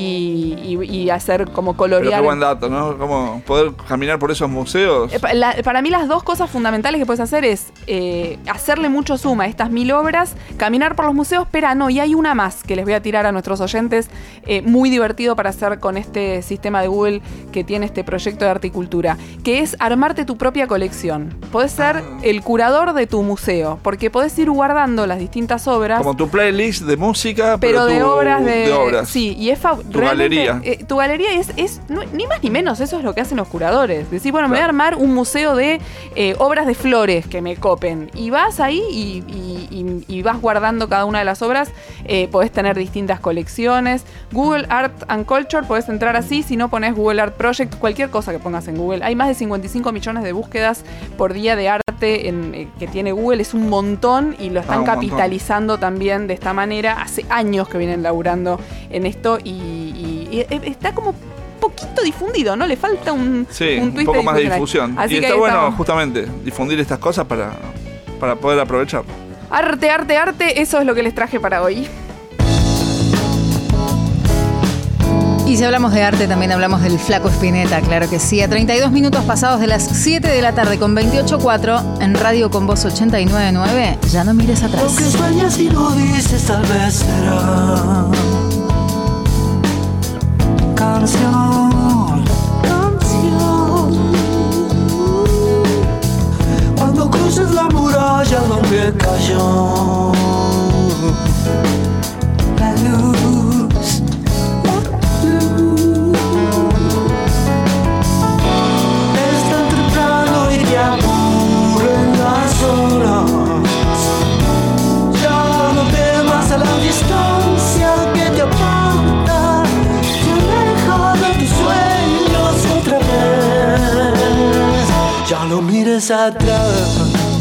y, y, y hacer como colorear. Pero qué buen dato, ¿no? Como poder caminar por esos museos. Eh, la, para mí las dos cosas fundamentales que puedes hacer es eh, hacerle mucho zoom a estas mil obras, caminar por los museos, pero no, y hay una más que les voy a tirar a nuestros oyentes, eh, muy divertido para hacer con este sistema de Google que tiene este proyecto de arte y cultura, que es armarte tu propia colección. Podés ser ah. el curador de tu museo, porque podés ir guardando las distintas obras. Como tu playlist de música, pero, pero de tu, obras de, de obras. Sí, y es fa- tu galería. Eh, tu galería es, es no, ni más ni menos, eso es lo que hacen los curadores. Decís, bueno, claro. me voy a armar un museo de eh, obras de flores que me copen. Y vas ahí y, y, y, y vas guardando cada una de las obras. Eh, podés tener distintas colecciones. Google Art and Culture, podés entrar así. Si no ponés Google Art Project, cualquier cosa que pongas en Google. Hay más de cincuenta y cinco millones de búsquedas por día de arte en, eh, que tiene Google. Es un montón y lo están ah, capitalizando montón. También de esta manera. Hace años que vienen laburando en esto y, y, y está como poquito difundido, ¿no? Le falta un, sí, un, un poco más de difusión. Así y que está bueno estamos. justamente difundir estas cosas para, para poder aprovechar. Arte, arte, arte, eso es lo que les traje para hoy. Y si hablamos de arte, también hablamos del Flaco Spinetta, claro que sí. A treinta y dos minutos pasados de las siete de la tarde con veintiocho cuatro en Radio con Voz ochenta y nueve nueve. Ya no mires atrás. Lo que sueñas y no dices tal vez será canción, canción. Cuando cruces la muralla donde cayó la luz, la luz. Es tan temprano y te aburren las horas. Ya no temas a la distancia que te aparta, te aleja de tus sueños otra vez. Ya no mires atrás.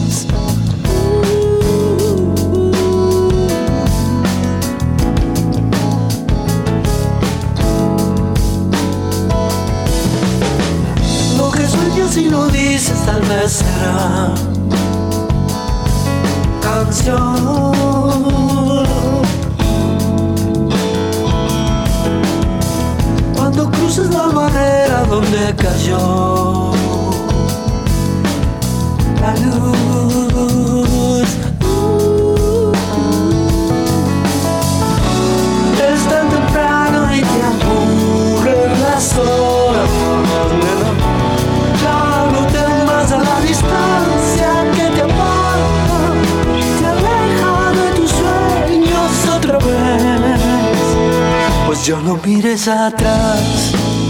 Si lo dices tal vez será canción. Cuando cruces la barrera donde cayó la luz, es tan temprano y te aburren las horas. Ya no temas a la distancia que te aparta, te aleja de tus sueños otra vez. Pues ya no mires atrás,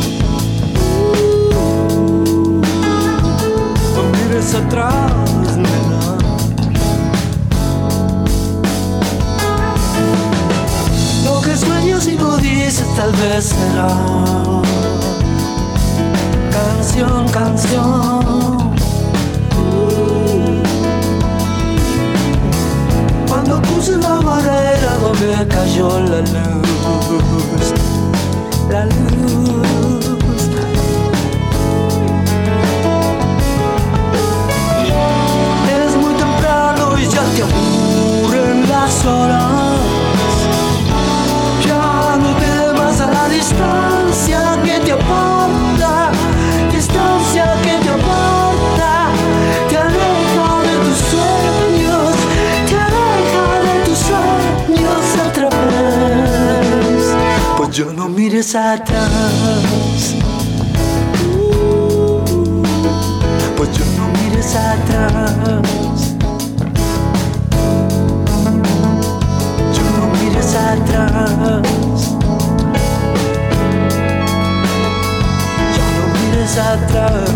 no mires atrás, nena. Lo que sueñas y no dices tal vez será canción, canción. Cuando cruces la barrera donde cayó la luz, la luz. Es muy temprano y ya te aburren las horas. Ya no temas a la distancia que te aparta, distancia que te aparta, te aleja de tus sueños, te aleja de tus sueños otra vez. Pues ya no mires atrás, pues ya no mires atrás, ya no mires atrás. Atrás.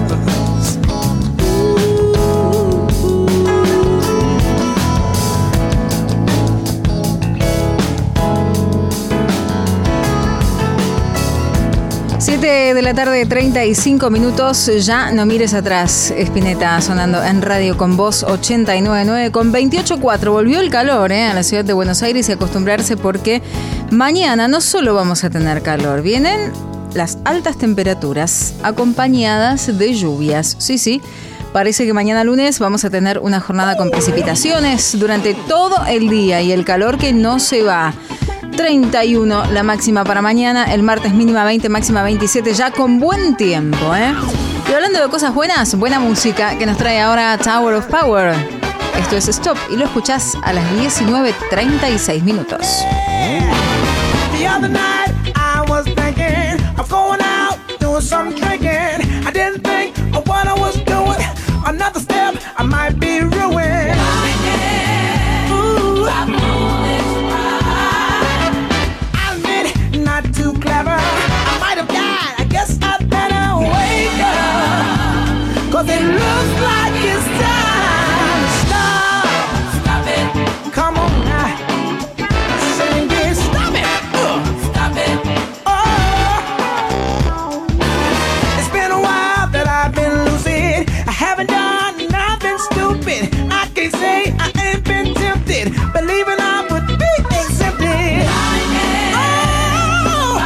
siete de la tarde, treinta y cinco minutos. Ya no mires atrás. Spinetta sonando en Radio con Voz ochenta y nueve nueve con veintiocho cuatro. Volvió el calor ¿eh? a la ciudad de Buenos Aires y acostumbrarse porque mañana no solo vamos a tener calor, vienen las altas temperaturas acompañadas de lluvias. Sí, sí, parece que mañana lunes vamos a tener una jornada con precipitaciones durante todo el día y el calor que no se va. treinta y uno la máxima para mañana, el martes mínima veinte, máxima veintisiete, ya con buen tiempo, ¿eh? Y hablando de cosas buenas, buena música que nos trae ahora Tower of Power. Esto es Stop y lo escuchás a las diecinueve treinta y seis minutos. The other night I was thinking of going out, doing some drinking. I didn't think of what I was doing. Another step, I might be ruined. Ooh. I admit it, not too clever. I might have died, I guess I'd better wake up. Cause it looks like it's time to stop. Stop it. Come on now. Sing it, stop it. Uh. Stop it. Oh. It's been a while that I've been lucid. I haven't done nothing stupid. I can't say I ain't been tempted. Believing I would be exempted. Oh.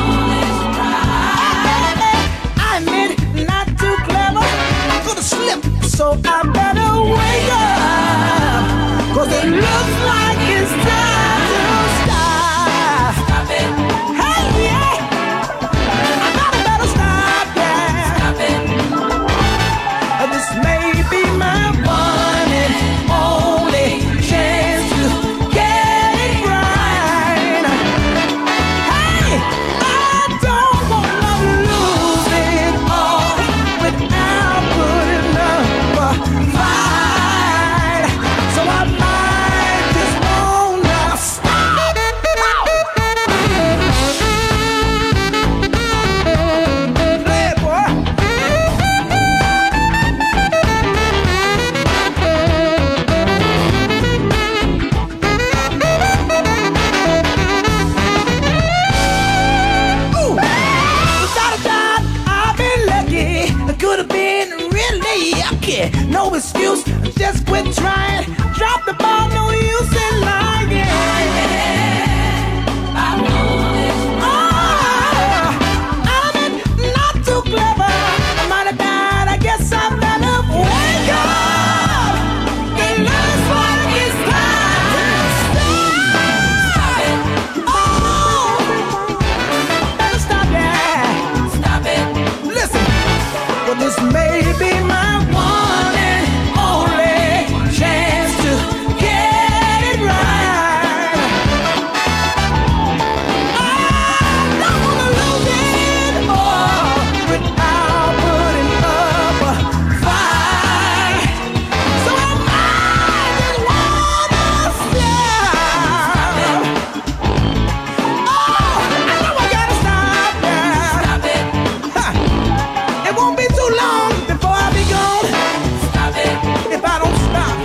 I admit it, not too clever. I'm gonna slip, so I better wake up. Cause it looks like it's time to stop. Stop it. Hey, yeah. monkey. No excuse, just quit trying. Drop the ball, no use in lying. I know this. Oh, I'm not too clever. I might have died, I guess I've better wake up. The last one is time to stop. Oh, better stop, yeah. Stop it. Listen, well, this may be my one and only chance to get it right. I don't wanna lose it all without putting up a fight. So I might just wanna stop. Oh, I know I gotta stop, yeah. Stop it. Ha. It won't be too long before I be gone. Stop it. If I don't stop.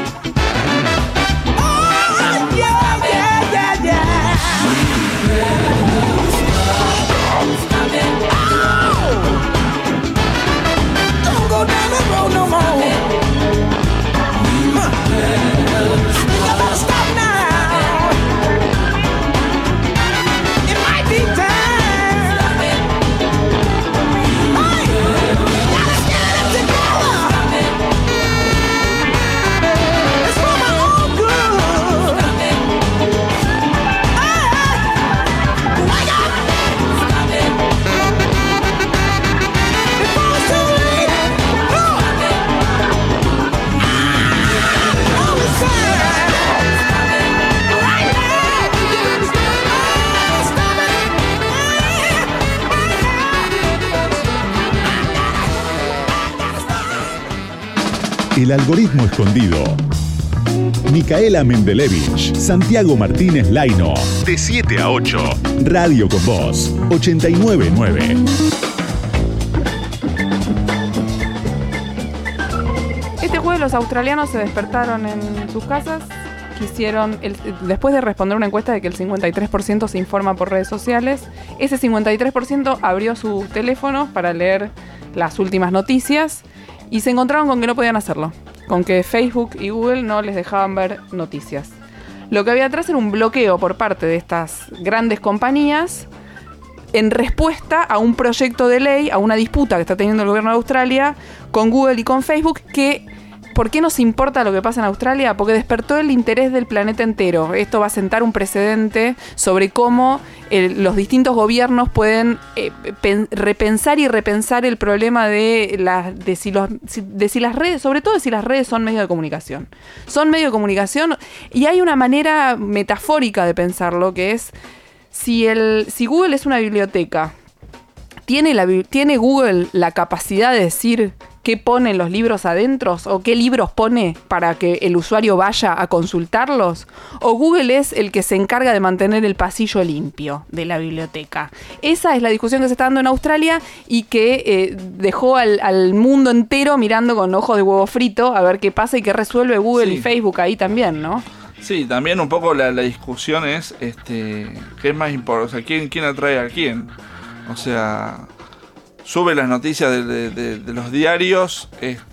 Oh, yeah, yeah, yeah, yeah. Stop it. Oh. Don't go down the road no more. Huh. Think I better stop now. It might be time. Stop it. Hey, gotta get it together. It's for my own good. Hey, wake up. Stop it. Before it's too late. Oh. Oh, it's time. Right now. Oh, stop El algoritmo escondido. Micaela Mendelevich, Santiago Martínez Laino. De siete a ocho. Radio con Voz. ochenta y nueve punto nueve. Este jueves los australianos se despertaron en sus casas, quisieron, el- después de responder una encuesta de que el cincuenta y tres por ciento se informa por redes sociales, ese cincuenta y tres por ciento abrió sus teléfonos para leer las últimas noticias y se encontraron con que no podían hacerlo, con que Facebook y Google no les dejaban ver noticias. Lo que había atrás era un bloqueo por parte de estas grandes compañías en respuesta a un proyecto de ley, a una disputa que está teniendo el gobierno de Australia con Google y con Facebook, que ¿por qué nos importa lo que pasa en Australia? Porque despertó el interés del planeta entero. Esto va a sentar un precedente sobre cómo eh, los distintos gobiernos pueden eh, pen- repensar y repensar el problema de, la, de, si los, si- de si las redes, sobre todo de si las redes son medio de comunicación. Son medio de comunicación y hay una manera metafórica de pensarlo que es si, el, si Google es una biblioteca, ¿tiene, la, bi- ¿tiene Google la capacidad de decir qué ponen los libros adentro o qué libros pone para que el usuario vaya a consultarlos? ¿O Google es el que se encarga de mantener el pasillo limpio de la biblioteca? Esa es la discusión que se está dando en Australia y que eh, dejó al, al mundo entero mirando con ojos de huevo frito a ver qué pasa y qué resuelve Google Sí. y Facebook ahí también, ¿no? Sí, también un poco la, la discusión es este, qué es más importante, o sea, quién, quién atrae a quién. O sea, sube las noticias de, de- de- de los diarios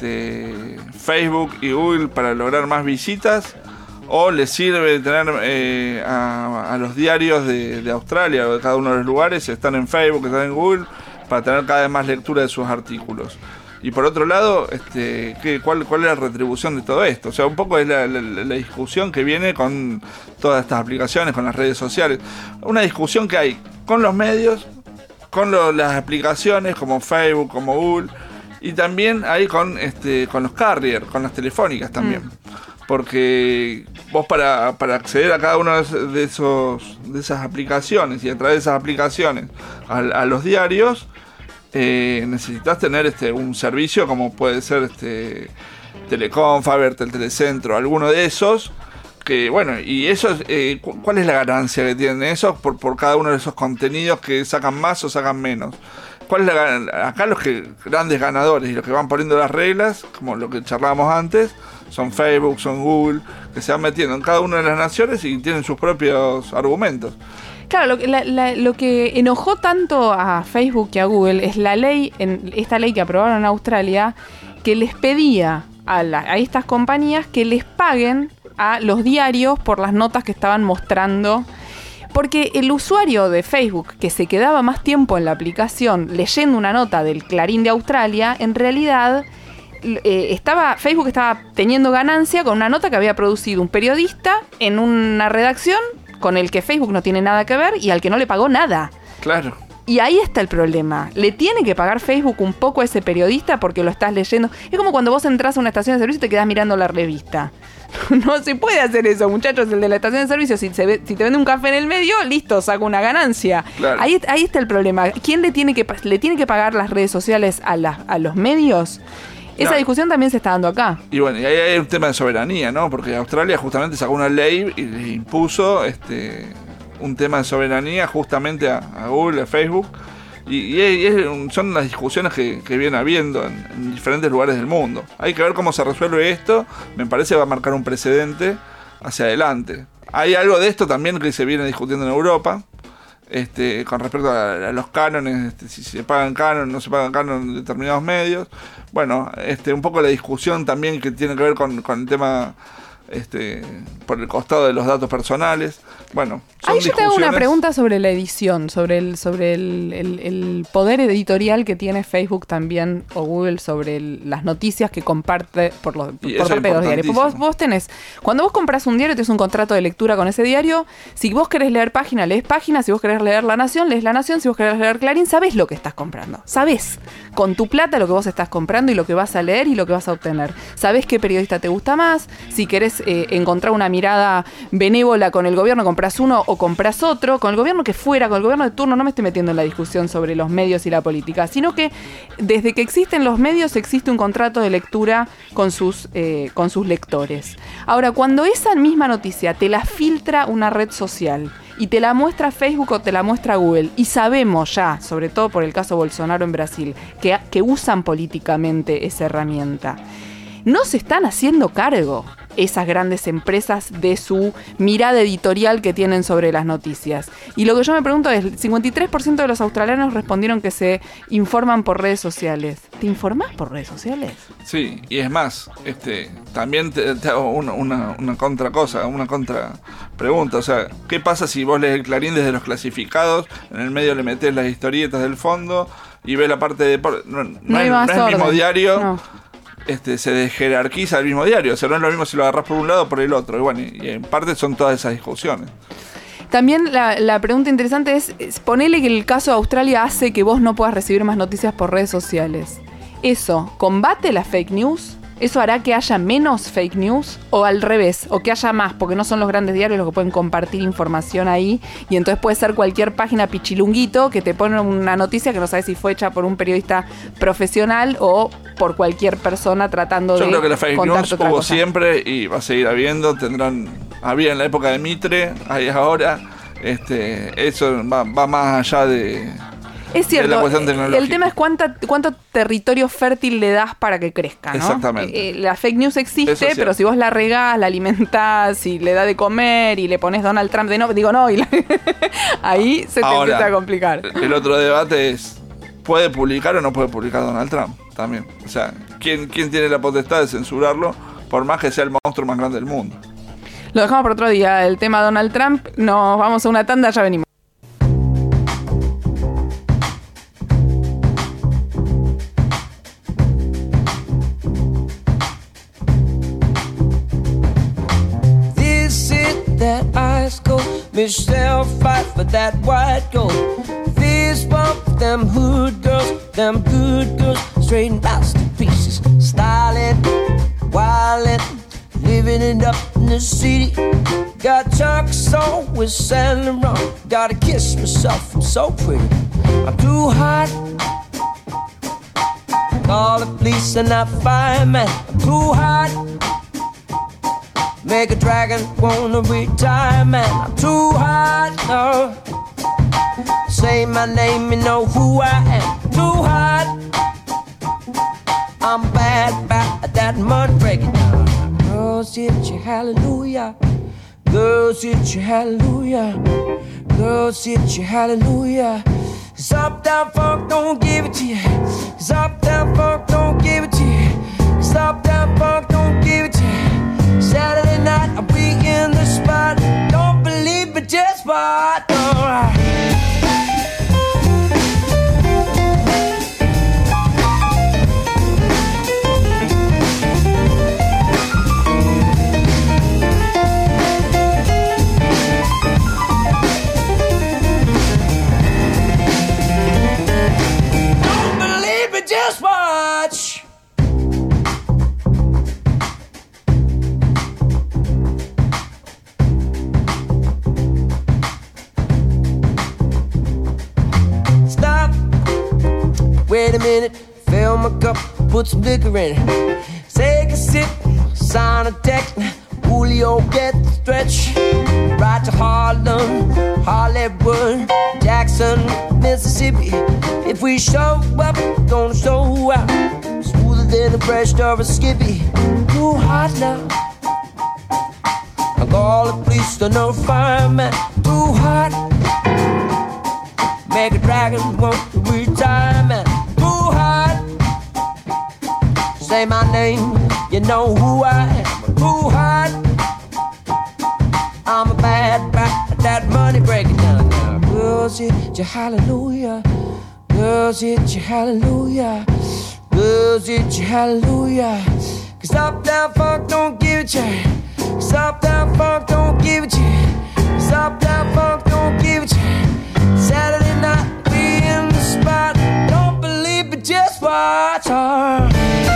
este, Facebook y Google para lograr más visitas, o le sirve tener eh, a, a los diarios de, de Australia o de cada uno de los lugares, están en Facebook, están en Google, para tener cada vez más lectura de sus artículos. Y por otro lado, este, ¿qué, cuál, ¿cuál es la retribución de todo esto? O sea, un poco es la, la- la discusión que viene con todas estas aplicaciones, con las redes sociales. Una discusión que hay con los medios, con lo- las aplicaciones como Facebook, como Google, y también hay con, este, con los carriers, con las telefónicas también. Porque vos para, para acceder a cada una de, esos, de esas aplicaciones y a través de esas aplicaciones a, a los diarios, eh, necesitas tener este un servicio como puede ser este Telecom, Fabertel, Telecentro, alguno de esos, que bueno, y eso, eh, cu- ¿cuál es la ganancia que tienen esos por, por cada uno de esos contenidos que sacan más o sacan menos? ¿Cuál es la gan- acá los que grandes ganadores y los que van poniendo las reglas, como lo que charlábamos antes, son Facebook, son Google, que se van metiendo en cada una de las naciones y tienen sus propios argumentos. Claro, lo, que- la- la- lo que enojó tanto a Facebook y a Google es la ley, en, esta ley que aprobaron en Australia, que les pedía a, la, a estas compañías que les paguen a los diarios por las notas que estaban mostrando. Porque el usuario de Facebook que se quedaba más tiempo en la aplicación leyendo una nota del Clarín de Australia, en realidad eh, estaba Facebook estaba teniendo ganancia con una nota que había producido un periodista en una redacción con el que Facebook no tiene nada que ver y al que no le pagó nada. Claro. Y ahí está el problema. Le tiene que pagar Facebook un poco a ese periodista porque lo estás leyendo. Es como cuando vos entras a una estación de servicio y te quedás mirando la revista. No se puede hacer eso, muchachos. El de la estación de servicio, si, se ve, si te vende un café en el medio, listo, saca una ganancia. Claro. Ahí, ahí está el problema. ¿Quién le tiene que, le tiene que pagar las redes sociales a, la, a los medios? Esa no. discusión también se está dando acá. Y bueno, y ahí hay un tema de soberanía, ¿no? Porque Australia justamente sacó una ley y le impuso este, un tema de soberanía justamente a, a Google, a Facebook. Y, y es, son las discusiones que, que viene habiendo en, en diferentes lugares del mundo. Hay que ver cómo se resuelve esto. Me parece que va a marcar un precedente hacia adelante. Hay algo de esto también que se viene discutiendo en Europa. Este, con respecto a, a los cánones, este, si se pagan cánones, no se pagan cánones en determinados medios. Bueno, este, un poco la discusión también que tiene que ver con, con el tema este, por el costado de los datos personales. Bueno, ahí yo te hago una pregunta sobre la edición, sobre el sobre el, el, el poder editorial que tiene Facebook también o Google sobre el, las noticias que comparte por los por parte de los diarios. Vos, vos tenés, cuando vos compras un diario, tenés un contrato de lectura con ese diario. Si vos querés leer página, lees página. Si vos querés leer La Nación, lees La Nación. Si vos querés leer Clarín, sabés lo que estás comprando. Sabés con tu plata lo que vos estás comprando y lo que vas a leer y lo que vas a obtener. Sabés qué periodista te gusta más. Si querés eh, encontrar una mirada benévola con el gobierno, compras uno o compras otro, con el gobierno que fuera, con el gobierno de turno. No me estoy metiendo en la discusión sobre los medios y la política, sino que desde que existen los medios existe un contrato de lectura con sus, eh, con sus lectores. Ahora, cuando esa misma noticia te la filtra una red social y te la muestra Facebook o te la muestra Google, y sabemos ya, sobre todo por el caso Bolsonaro en Brasil, que, que usan políticamente esa herramienta, no se están haciendo cargo esas grandes empresas de su mirada editorial que tienen sobre las noticias. Y lo que yo me pregunto es, el cincuenta y tres por ciento de los australianos respondieron que se informan por redes sociales. ¿Te informás por redes sociales? Sí, y es más, este, también te, te hago una, una, una contra cosa, una contra pregunta. O sea, ¿qué pasa si vos lees el Clarín desde los clasificados, en el medio le metés las historietas del fondo y ves la parte de... No, no, no, hay, no es el mismo diario... No. Este, se desjerarquiza el mismo diario. O sea, no es lo mismo si lo agarrás por un lado o por el otro. Y bueno, y, y en parte son todas esas discusiones. También la, la pregunta interesante es, es, ponele que el caso de Australia hace que vos no puedas recibir más noticias por redes sociales. ¿Eso combate la fake news? ¿Eso hará que haya menos fake news? ¿O al revés? ¿O que haya más? Porque no son los grandes diarios los que pueden compartir información ahí. Y entonces puede ser cualquier página pichilunguito que te pone una noticia que no sabes si fue hecha por un periodista profesional o por cualquier persona tratando Yo de... Yo creo que la fake news hubo siempre y va a seguir habiendo. Tendrán... Había en la época de Mitre, hay ahora. Este, eso va, va más allá de... Es cierto, el tema es cuánta, cuánto territorio fértil le das para que crezca, ¿no? Exactamente. Eh, la fake news existe, pero si vos la regás, la alimentás, y le da de comer y le pones Donald Trump de no, digo no, y la, ahí se te Ahora, empieza a complicar. El otro debate es, ¿puede publicar o no puede publicar Donald Trump? También. O sea, ¿quién, quién tiene la potestad de censurarlo por más que sea el monstruo más grande del mundo? Lo dejamos para otro día, el tema Donald Trump. Nos vamos a una tanda, ya venimos. Michelle fight for that white gold. Fist bump them hood girls, them good girls, straight and masterpieces. Styling, wildin', living it up in the city. Got Chuck's on with Saint Laurent. Gotta kiss myself, I'm so pretty. I'm too hot. Call the police and I fireman. I'm too hot. Make a dragon wanna retire, man. I'm too hot, no. Say my name, you know who I am. Too hot. I'm bad, bad at that mud breaking down. Girls, hit you, hallelujah. Girls, hit you, hallelujah. Girls, hit you, hallelujah. 'Cause Uptown Funk don't give it to you. 'Cause Uptown Funk don't give it to you. put some liquor in it. Take a sip, sign a text. Julio get the stretch. Right to Harlem, Hollywood, Jackson, Mississippi. If we show up, gonna show out. Smoother than the breast of a skippy. Too hot now. I call the police to no fireman. Too hot. Make a dragon want to retire, man. Too hot. Say my name, you know who I am. Too hot. I'm a bad rat, that money breaking down now. Girls hit you hallelujah. Girls hit you hallelujah. Girls hit you hallelujah. Cause up down funk don't give it you. Cause up down funk don't give it you. Cause up down funk don't give it you. Saturday night we in the spot. Don't believe it, just watch her.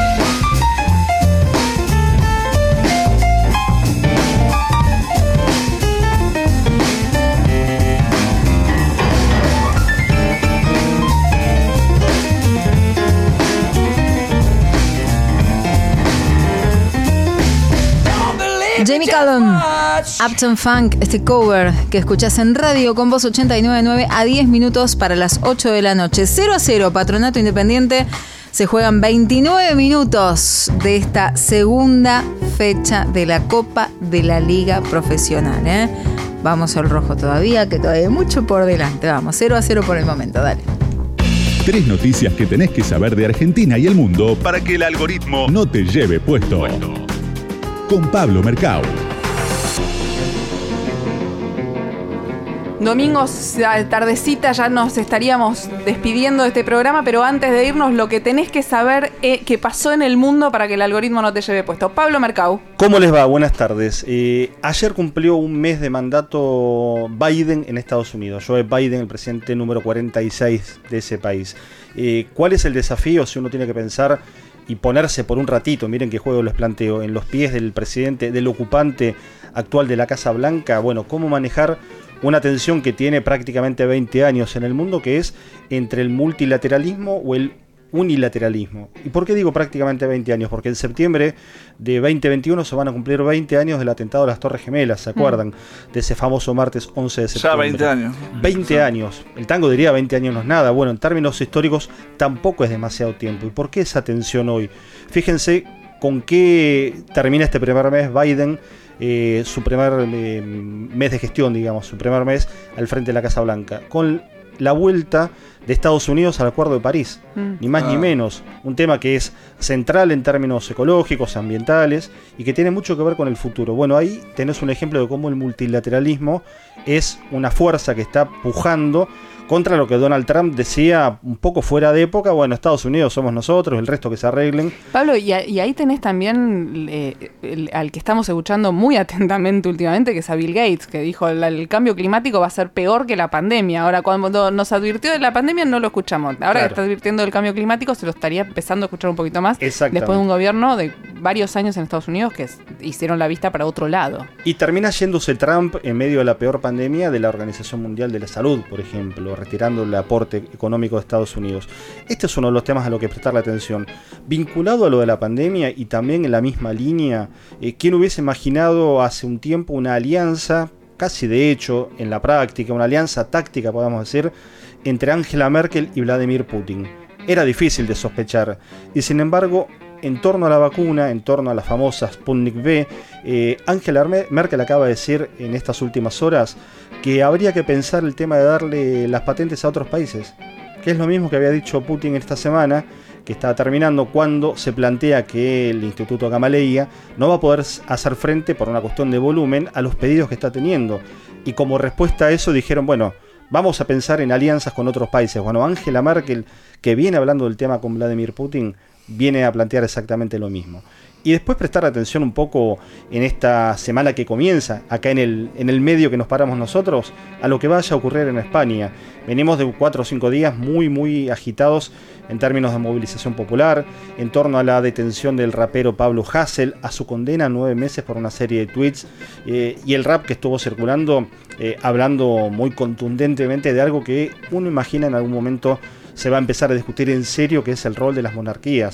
Jamie Cullum, Uptown Funk, este cover que escuchás en Radio con Voz ochenta y nueve punto nueve a diez minutos para las ocho de la noche. cero a cero, Patronato Independiente. Se juegan veintinueve minutos de esta segunda fecha de la Copa de la Liga Profesional. ¿eh? Vamos al rojo todavía, que todavía hay mucho por delante. Vamos, cero a cero por el momento, dale. Tres noticias que tenés que saber de Argentina y el mundo para que el algoritmo no te lleve puesto. Con Pablo Mercado. Domingos, tardecita, ya nos estaríamos despidiendo de este programa, pero antes de irnos, lo que tenés que saber es qué pasó en el mundo para que el algoritmo no te lleve puesto. Pablo Mercado. ¿Cómo les va? Buenas tardes. Eh, ayer cumplió un mes de mandato Biden en Estados Unidos. Joe Biden, el presidente número cuarenta y seis de ese país. Eh, ¿Cuál es el desafío si uno tiene que pensar y ponerse por un ratito, miren qué juego les planteo, en los pies del presidente, del ocupante actual de la Casa Blanca? Bueno, cómo manejar una tensión que tiene prácticamente veinte años en el mundo, que es entre el multilateralismo o el unilateralismo. ¿Y por qué digo prácticamente veinte años? Porque en septiembre de veinte veintiuno se van a cumplir veinte años del atentado a las Torres Gemelas, ¿se acuerdan? Mm. De ese famoso martes once de septiembre. Ya veinte años. veinte sí. años. El tango diría veinte años no es nada. Bueno, en términos históricos tampoco es demasiado tiempo. ¿Y por qué esa tensión hoy? Fíjense con qué termina este primer mes Biden, eh, su primer eh, mes de gestión, digamos, su primer mes al frente de la Casa Blanca, con la vuelta de Estados Unidos al Acuerdo de París, mm. ni más ah. ni menos, un tema que es central en términos ecológicos, ambientales y que tiene mucho que ver con el futuro. Bueno, ahí tenés un ejemplo de cómo el multilateralismo es una fuerza que está pujando contra lo que Donald Trump decía un poco fuera de época. Bueno, Estados Unidos somos nosotros, el resto que se arreglen. Pablo, y, a, y ahí tenés también eh, el, al que estamos escuchando muy atentamente últimamente, que es a Bill Gates, que dijo el, el cambio climático va a ser peor que la pandemia. Ahora, cuando nos advirtió de la pandemia no lo escuchamos. Ahora claro. que está advirtiendo del cambio climático se lo estaría empezando a escuchar un poquito más. Después de un gobierno de varios años en Estados Unidos que hicieron la vista para otro lado. Y termina yéndose Trump en medio de la peor pandemia de la Organización Mundial de la Salud, por ejemplo, retirando el aporte económico de Estados Unidos. Este es uno de los temas a los que prestarle atención. Vinculado a lo de la pandemia y también en la misma línea, eh, ¿quién hubiese imaginado hace un tiempo una alianza, casi de hecho en la práctica, una alianza táctica, podemos decir, entre Angela Merkel y Vladimir Putin? Era difícil de sospechar. Y sin embargo, en torno a la vacuna, en torno a la famosa Sputnik V, eh, Angela Merkel acaba de decir en estas últimas horas que habría que pensar el tema de darle las patentes a otros países, que es lo mismo que había dicho Putin esta semana, que está terminando, cuando se plantea que el Instituto Gamaleya no va a poder hacer frente, por una cuestión de volumen, a los pedidos que está teniendo. Y como respuesta a eso dijeron, bueno, vamos a pensar en alianzas con otros países. Bueno, Angela Merkel, que viene hablando del tema con Vladimir Putin, viene a plantear exactamente lo mismo. Y después prestar atención un poco en esta semana que comienza, acá en el, en el medio que nos paramos nosotros, a lo que vaya a ocurrir en España. Venimos de cuatro o cinco días muy, muy agitados en términos de movilización popular, en torno a la detención del rapero Pablo Hasél, a su condena a nueve meses por una serie de tweets, eh, y el rap que estuvo circulando, eh, hablando muy contundentemente de algo que uno imagina en algún momento se va a empezar a discutir en serio, que es el rol de las monarquías.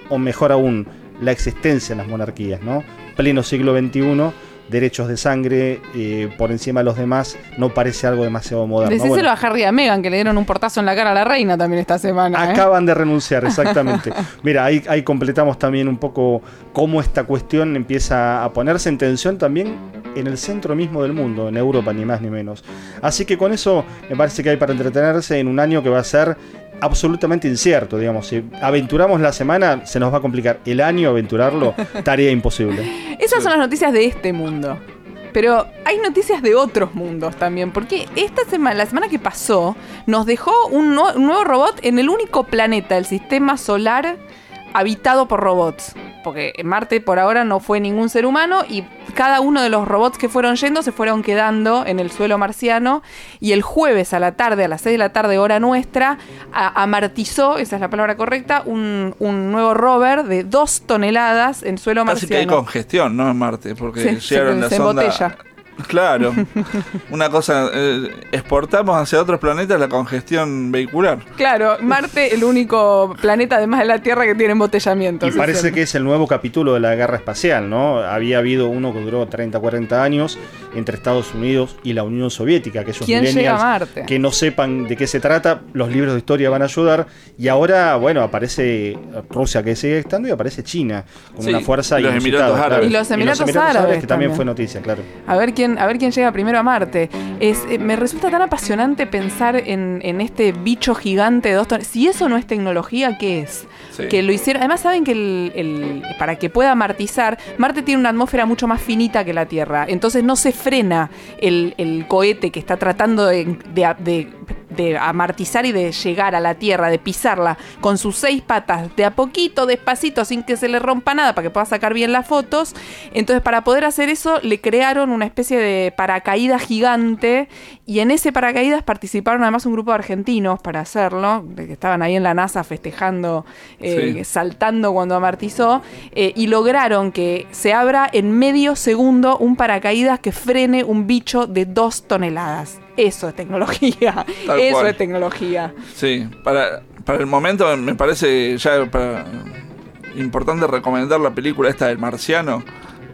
o mejor aún, la existencia de las monarquías, ¿no? Pleno siglo veintiuno, derechos de sangre eh, por encima de los demás, no parece algo demasiado moderno. Decíselo Bueno, a Harry y a Meghan, que le dieron un portazo en la cara a la reina también esta semana. ¿eh? Acaban de renunciar, exactamente. Mira, ahí, ahí completamos también un poco cómo esta cuestión empieza a ponerse en tensión también en el centro mismo del mundo, en Europa, ni más ni menos. Así que con eso me parece que hay para entretenerse en un año que va a ser absolutamente incierto, digamos. Si aventuramos la semana, se nos va a complicar. El año, aventurarlo, tarea imposible. Esas son las noticias de este mundo. Pero hay noticias de otros mundos también, porque esta semana, la semana que pasó, nos dejó un, no, un nuevo robot en el único planeta del sistema solar habitado por robots. Porque en Marte por ahora no fue ningún ser humano y cada uno de los robots que fueron yendo se fueron quedando en el suelo marciano. Y el jueves a la tarde, a las seis de la tarde hora nuestra, a- amartizó, esa es la palabra correcta, un, un nuevo rover de dos toneladas en suelo Casi que hay marciano. congestión, ¿no? En Marte, porque Sí, llegaron se- las se ondas. embotella. Claro. Una cosa, eh, exportamos hacia otros planetas la congestión vehicular. Claro, Marte el único planeta además de la Tierra que tiene embotellamiento. Y parece que es el nuevo capítulo de la guerra espacial, ¿no? Había habido uno que duró treinta, cuarenta años entre Estados Unidos y la Unión Soviética, aquellos ¿Quién llega millennials a Marte? que no sepan de qué se trata, los libros de historia van a ayudar. Y ahora, bueno, aparece Rusia, que sigue estando, y aparece China con Sí, una fuerza y los inusitada, Emiratos claro. Árabes. Y los Emiratos Árabes que también también. fue noticia, claro. A ver quién, a ver quién llega primero a Marte. Es, eh, me resulta tan apasionante pensar en, en este bicho gigante de dos toneladas. Si eso no es tecnología, ¿qué es? Sí. Que lo hicieron. Además, saben que el, el- para que pueda amartizar, Marte tiene una atmósfera mucho más finita que la Tierra. Entonces no se frena el, el cohete que está tratando de, de- de- de amartizar y de llegar a la Tierra, de pisarla con sus seis patas, de a poquito, despacito, sin que se le rompa nada, para que pueda sacar bien las fotos. Entonces, para poder hacer eso, le crearon una especie de paracaídas gigante, y en ese paracaídas participaron además un grupo de argentinos para hacerlo, de que estaban ahí en la NASA festejando, eh, Sí. saltando cuando amartizó, eh, y lograron que se abra en medio segundo un paracaídas que frene un bicho de dos toneladas. Eso es tecnología. Tal Eso cual. es tecnología. Sí, para, para el momento me parece ya para- importante recomendar la película esta del Marciano,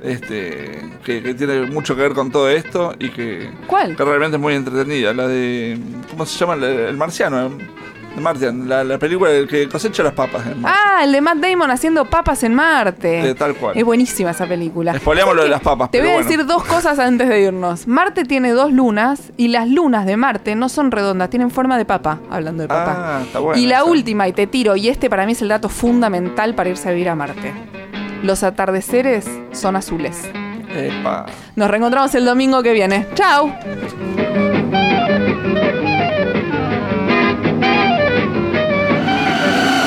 este que, que tiene mucho que ver con todo esto y que, ¿Cuál? que realmente es muy entretenida. La de. ¿Cómo se llama? La- El Marciano. The Martian, la, la película del que cosecha las papas. en Marte. Ah, el de Matt Damon haciendo papas en Marte. Eh, tal cual. Es buenísima esa película. Spoileamos lo de las papas. Te pero voy a bueno. decir dos cosas antes de irnos. Marte tiene dos lunas y las lunas de Marte no son redondas, tienen forma de papa, hablando de papa. Ah, está bueno. y la esa. última, y te tiro, y este para mí es el dato fundamental para irse a vivir a Marte. Los atardeceres son azules. Epa. Nos reencontramos el domingo que viene. ¡Chao!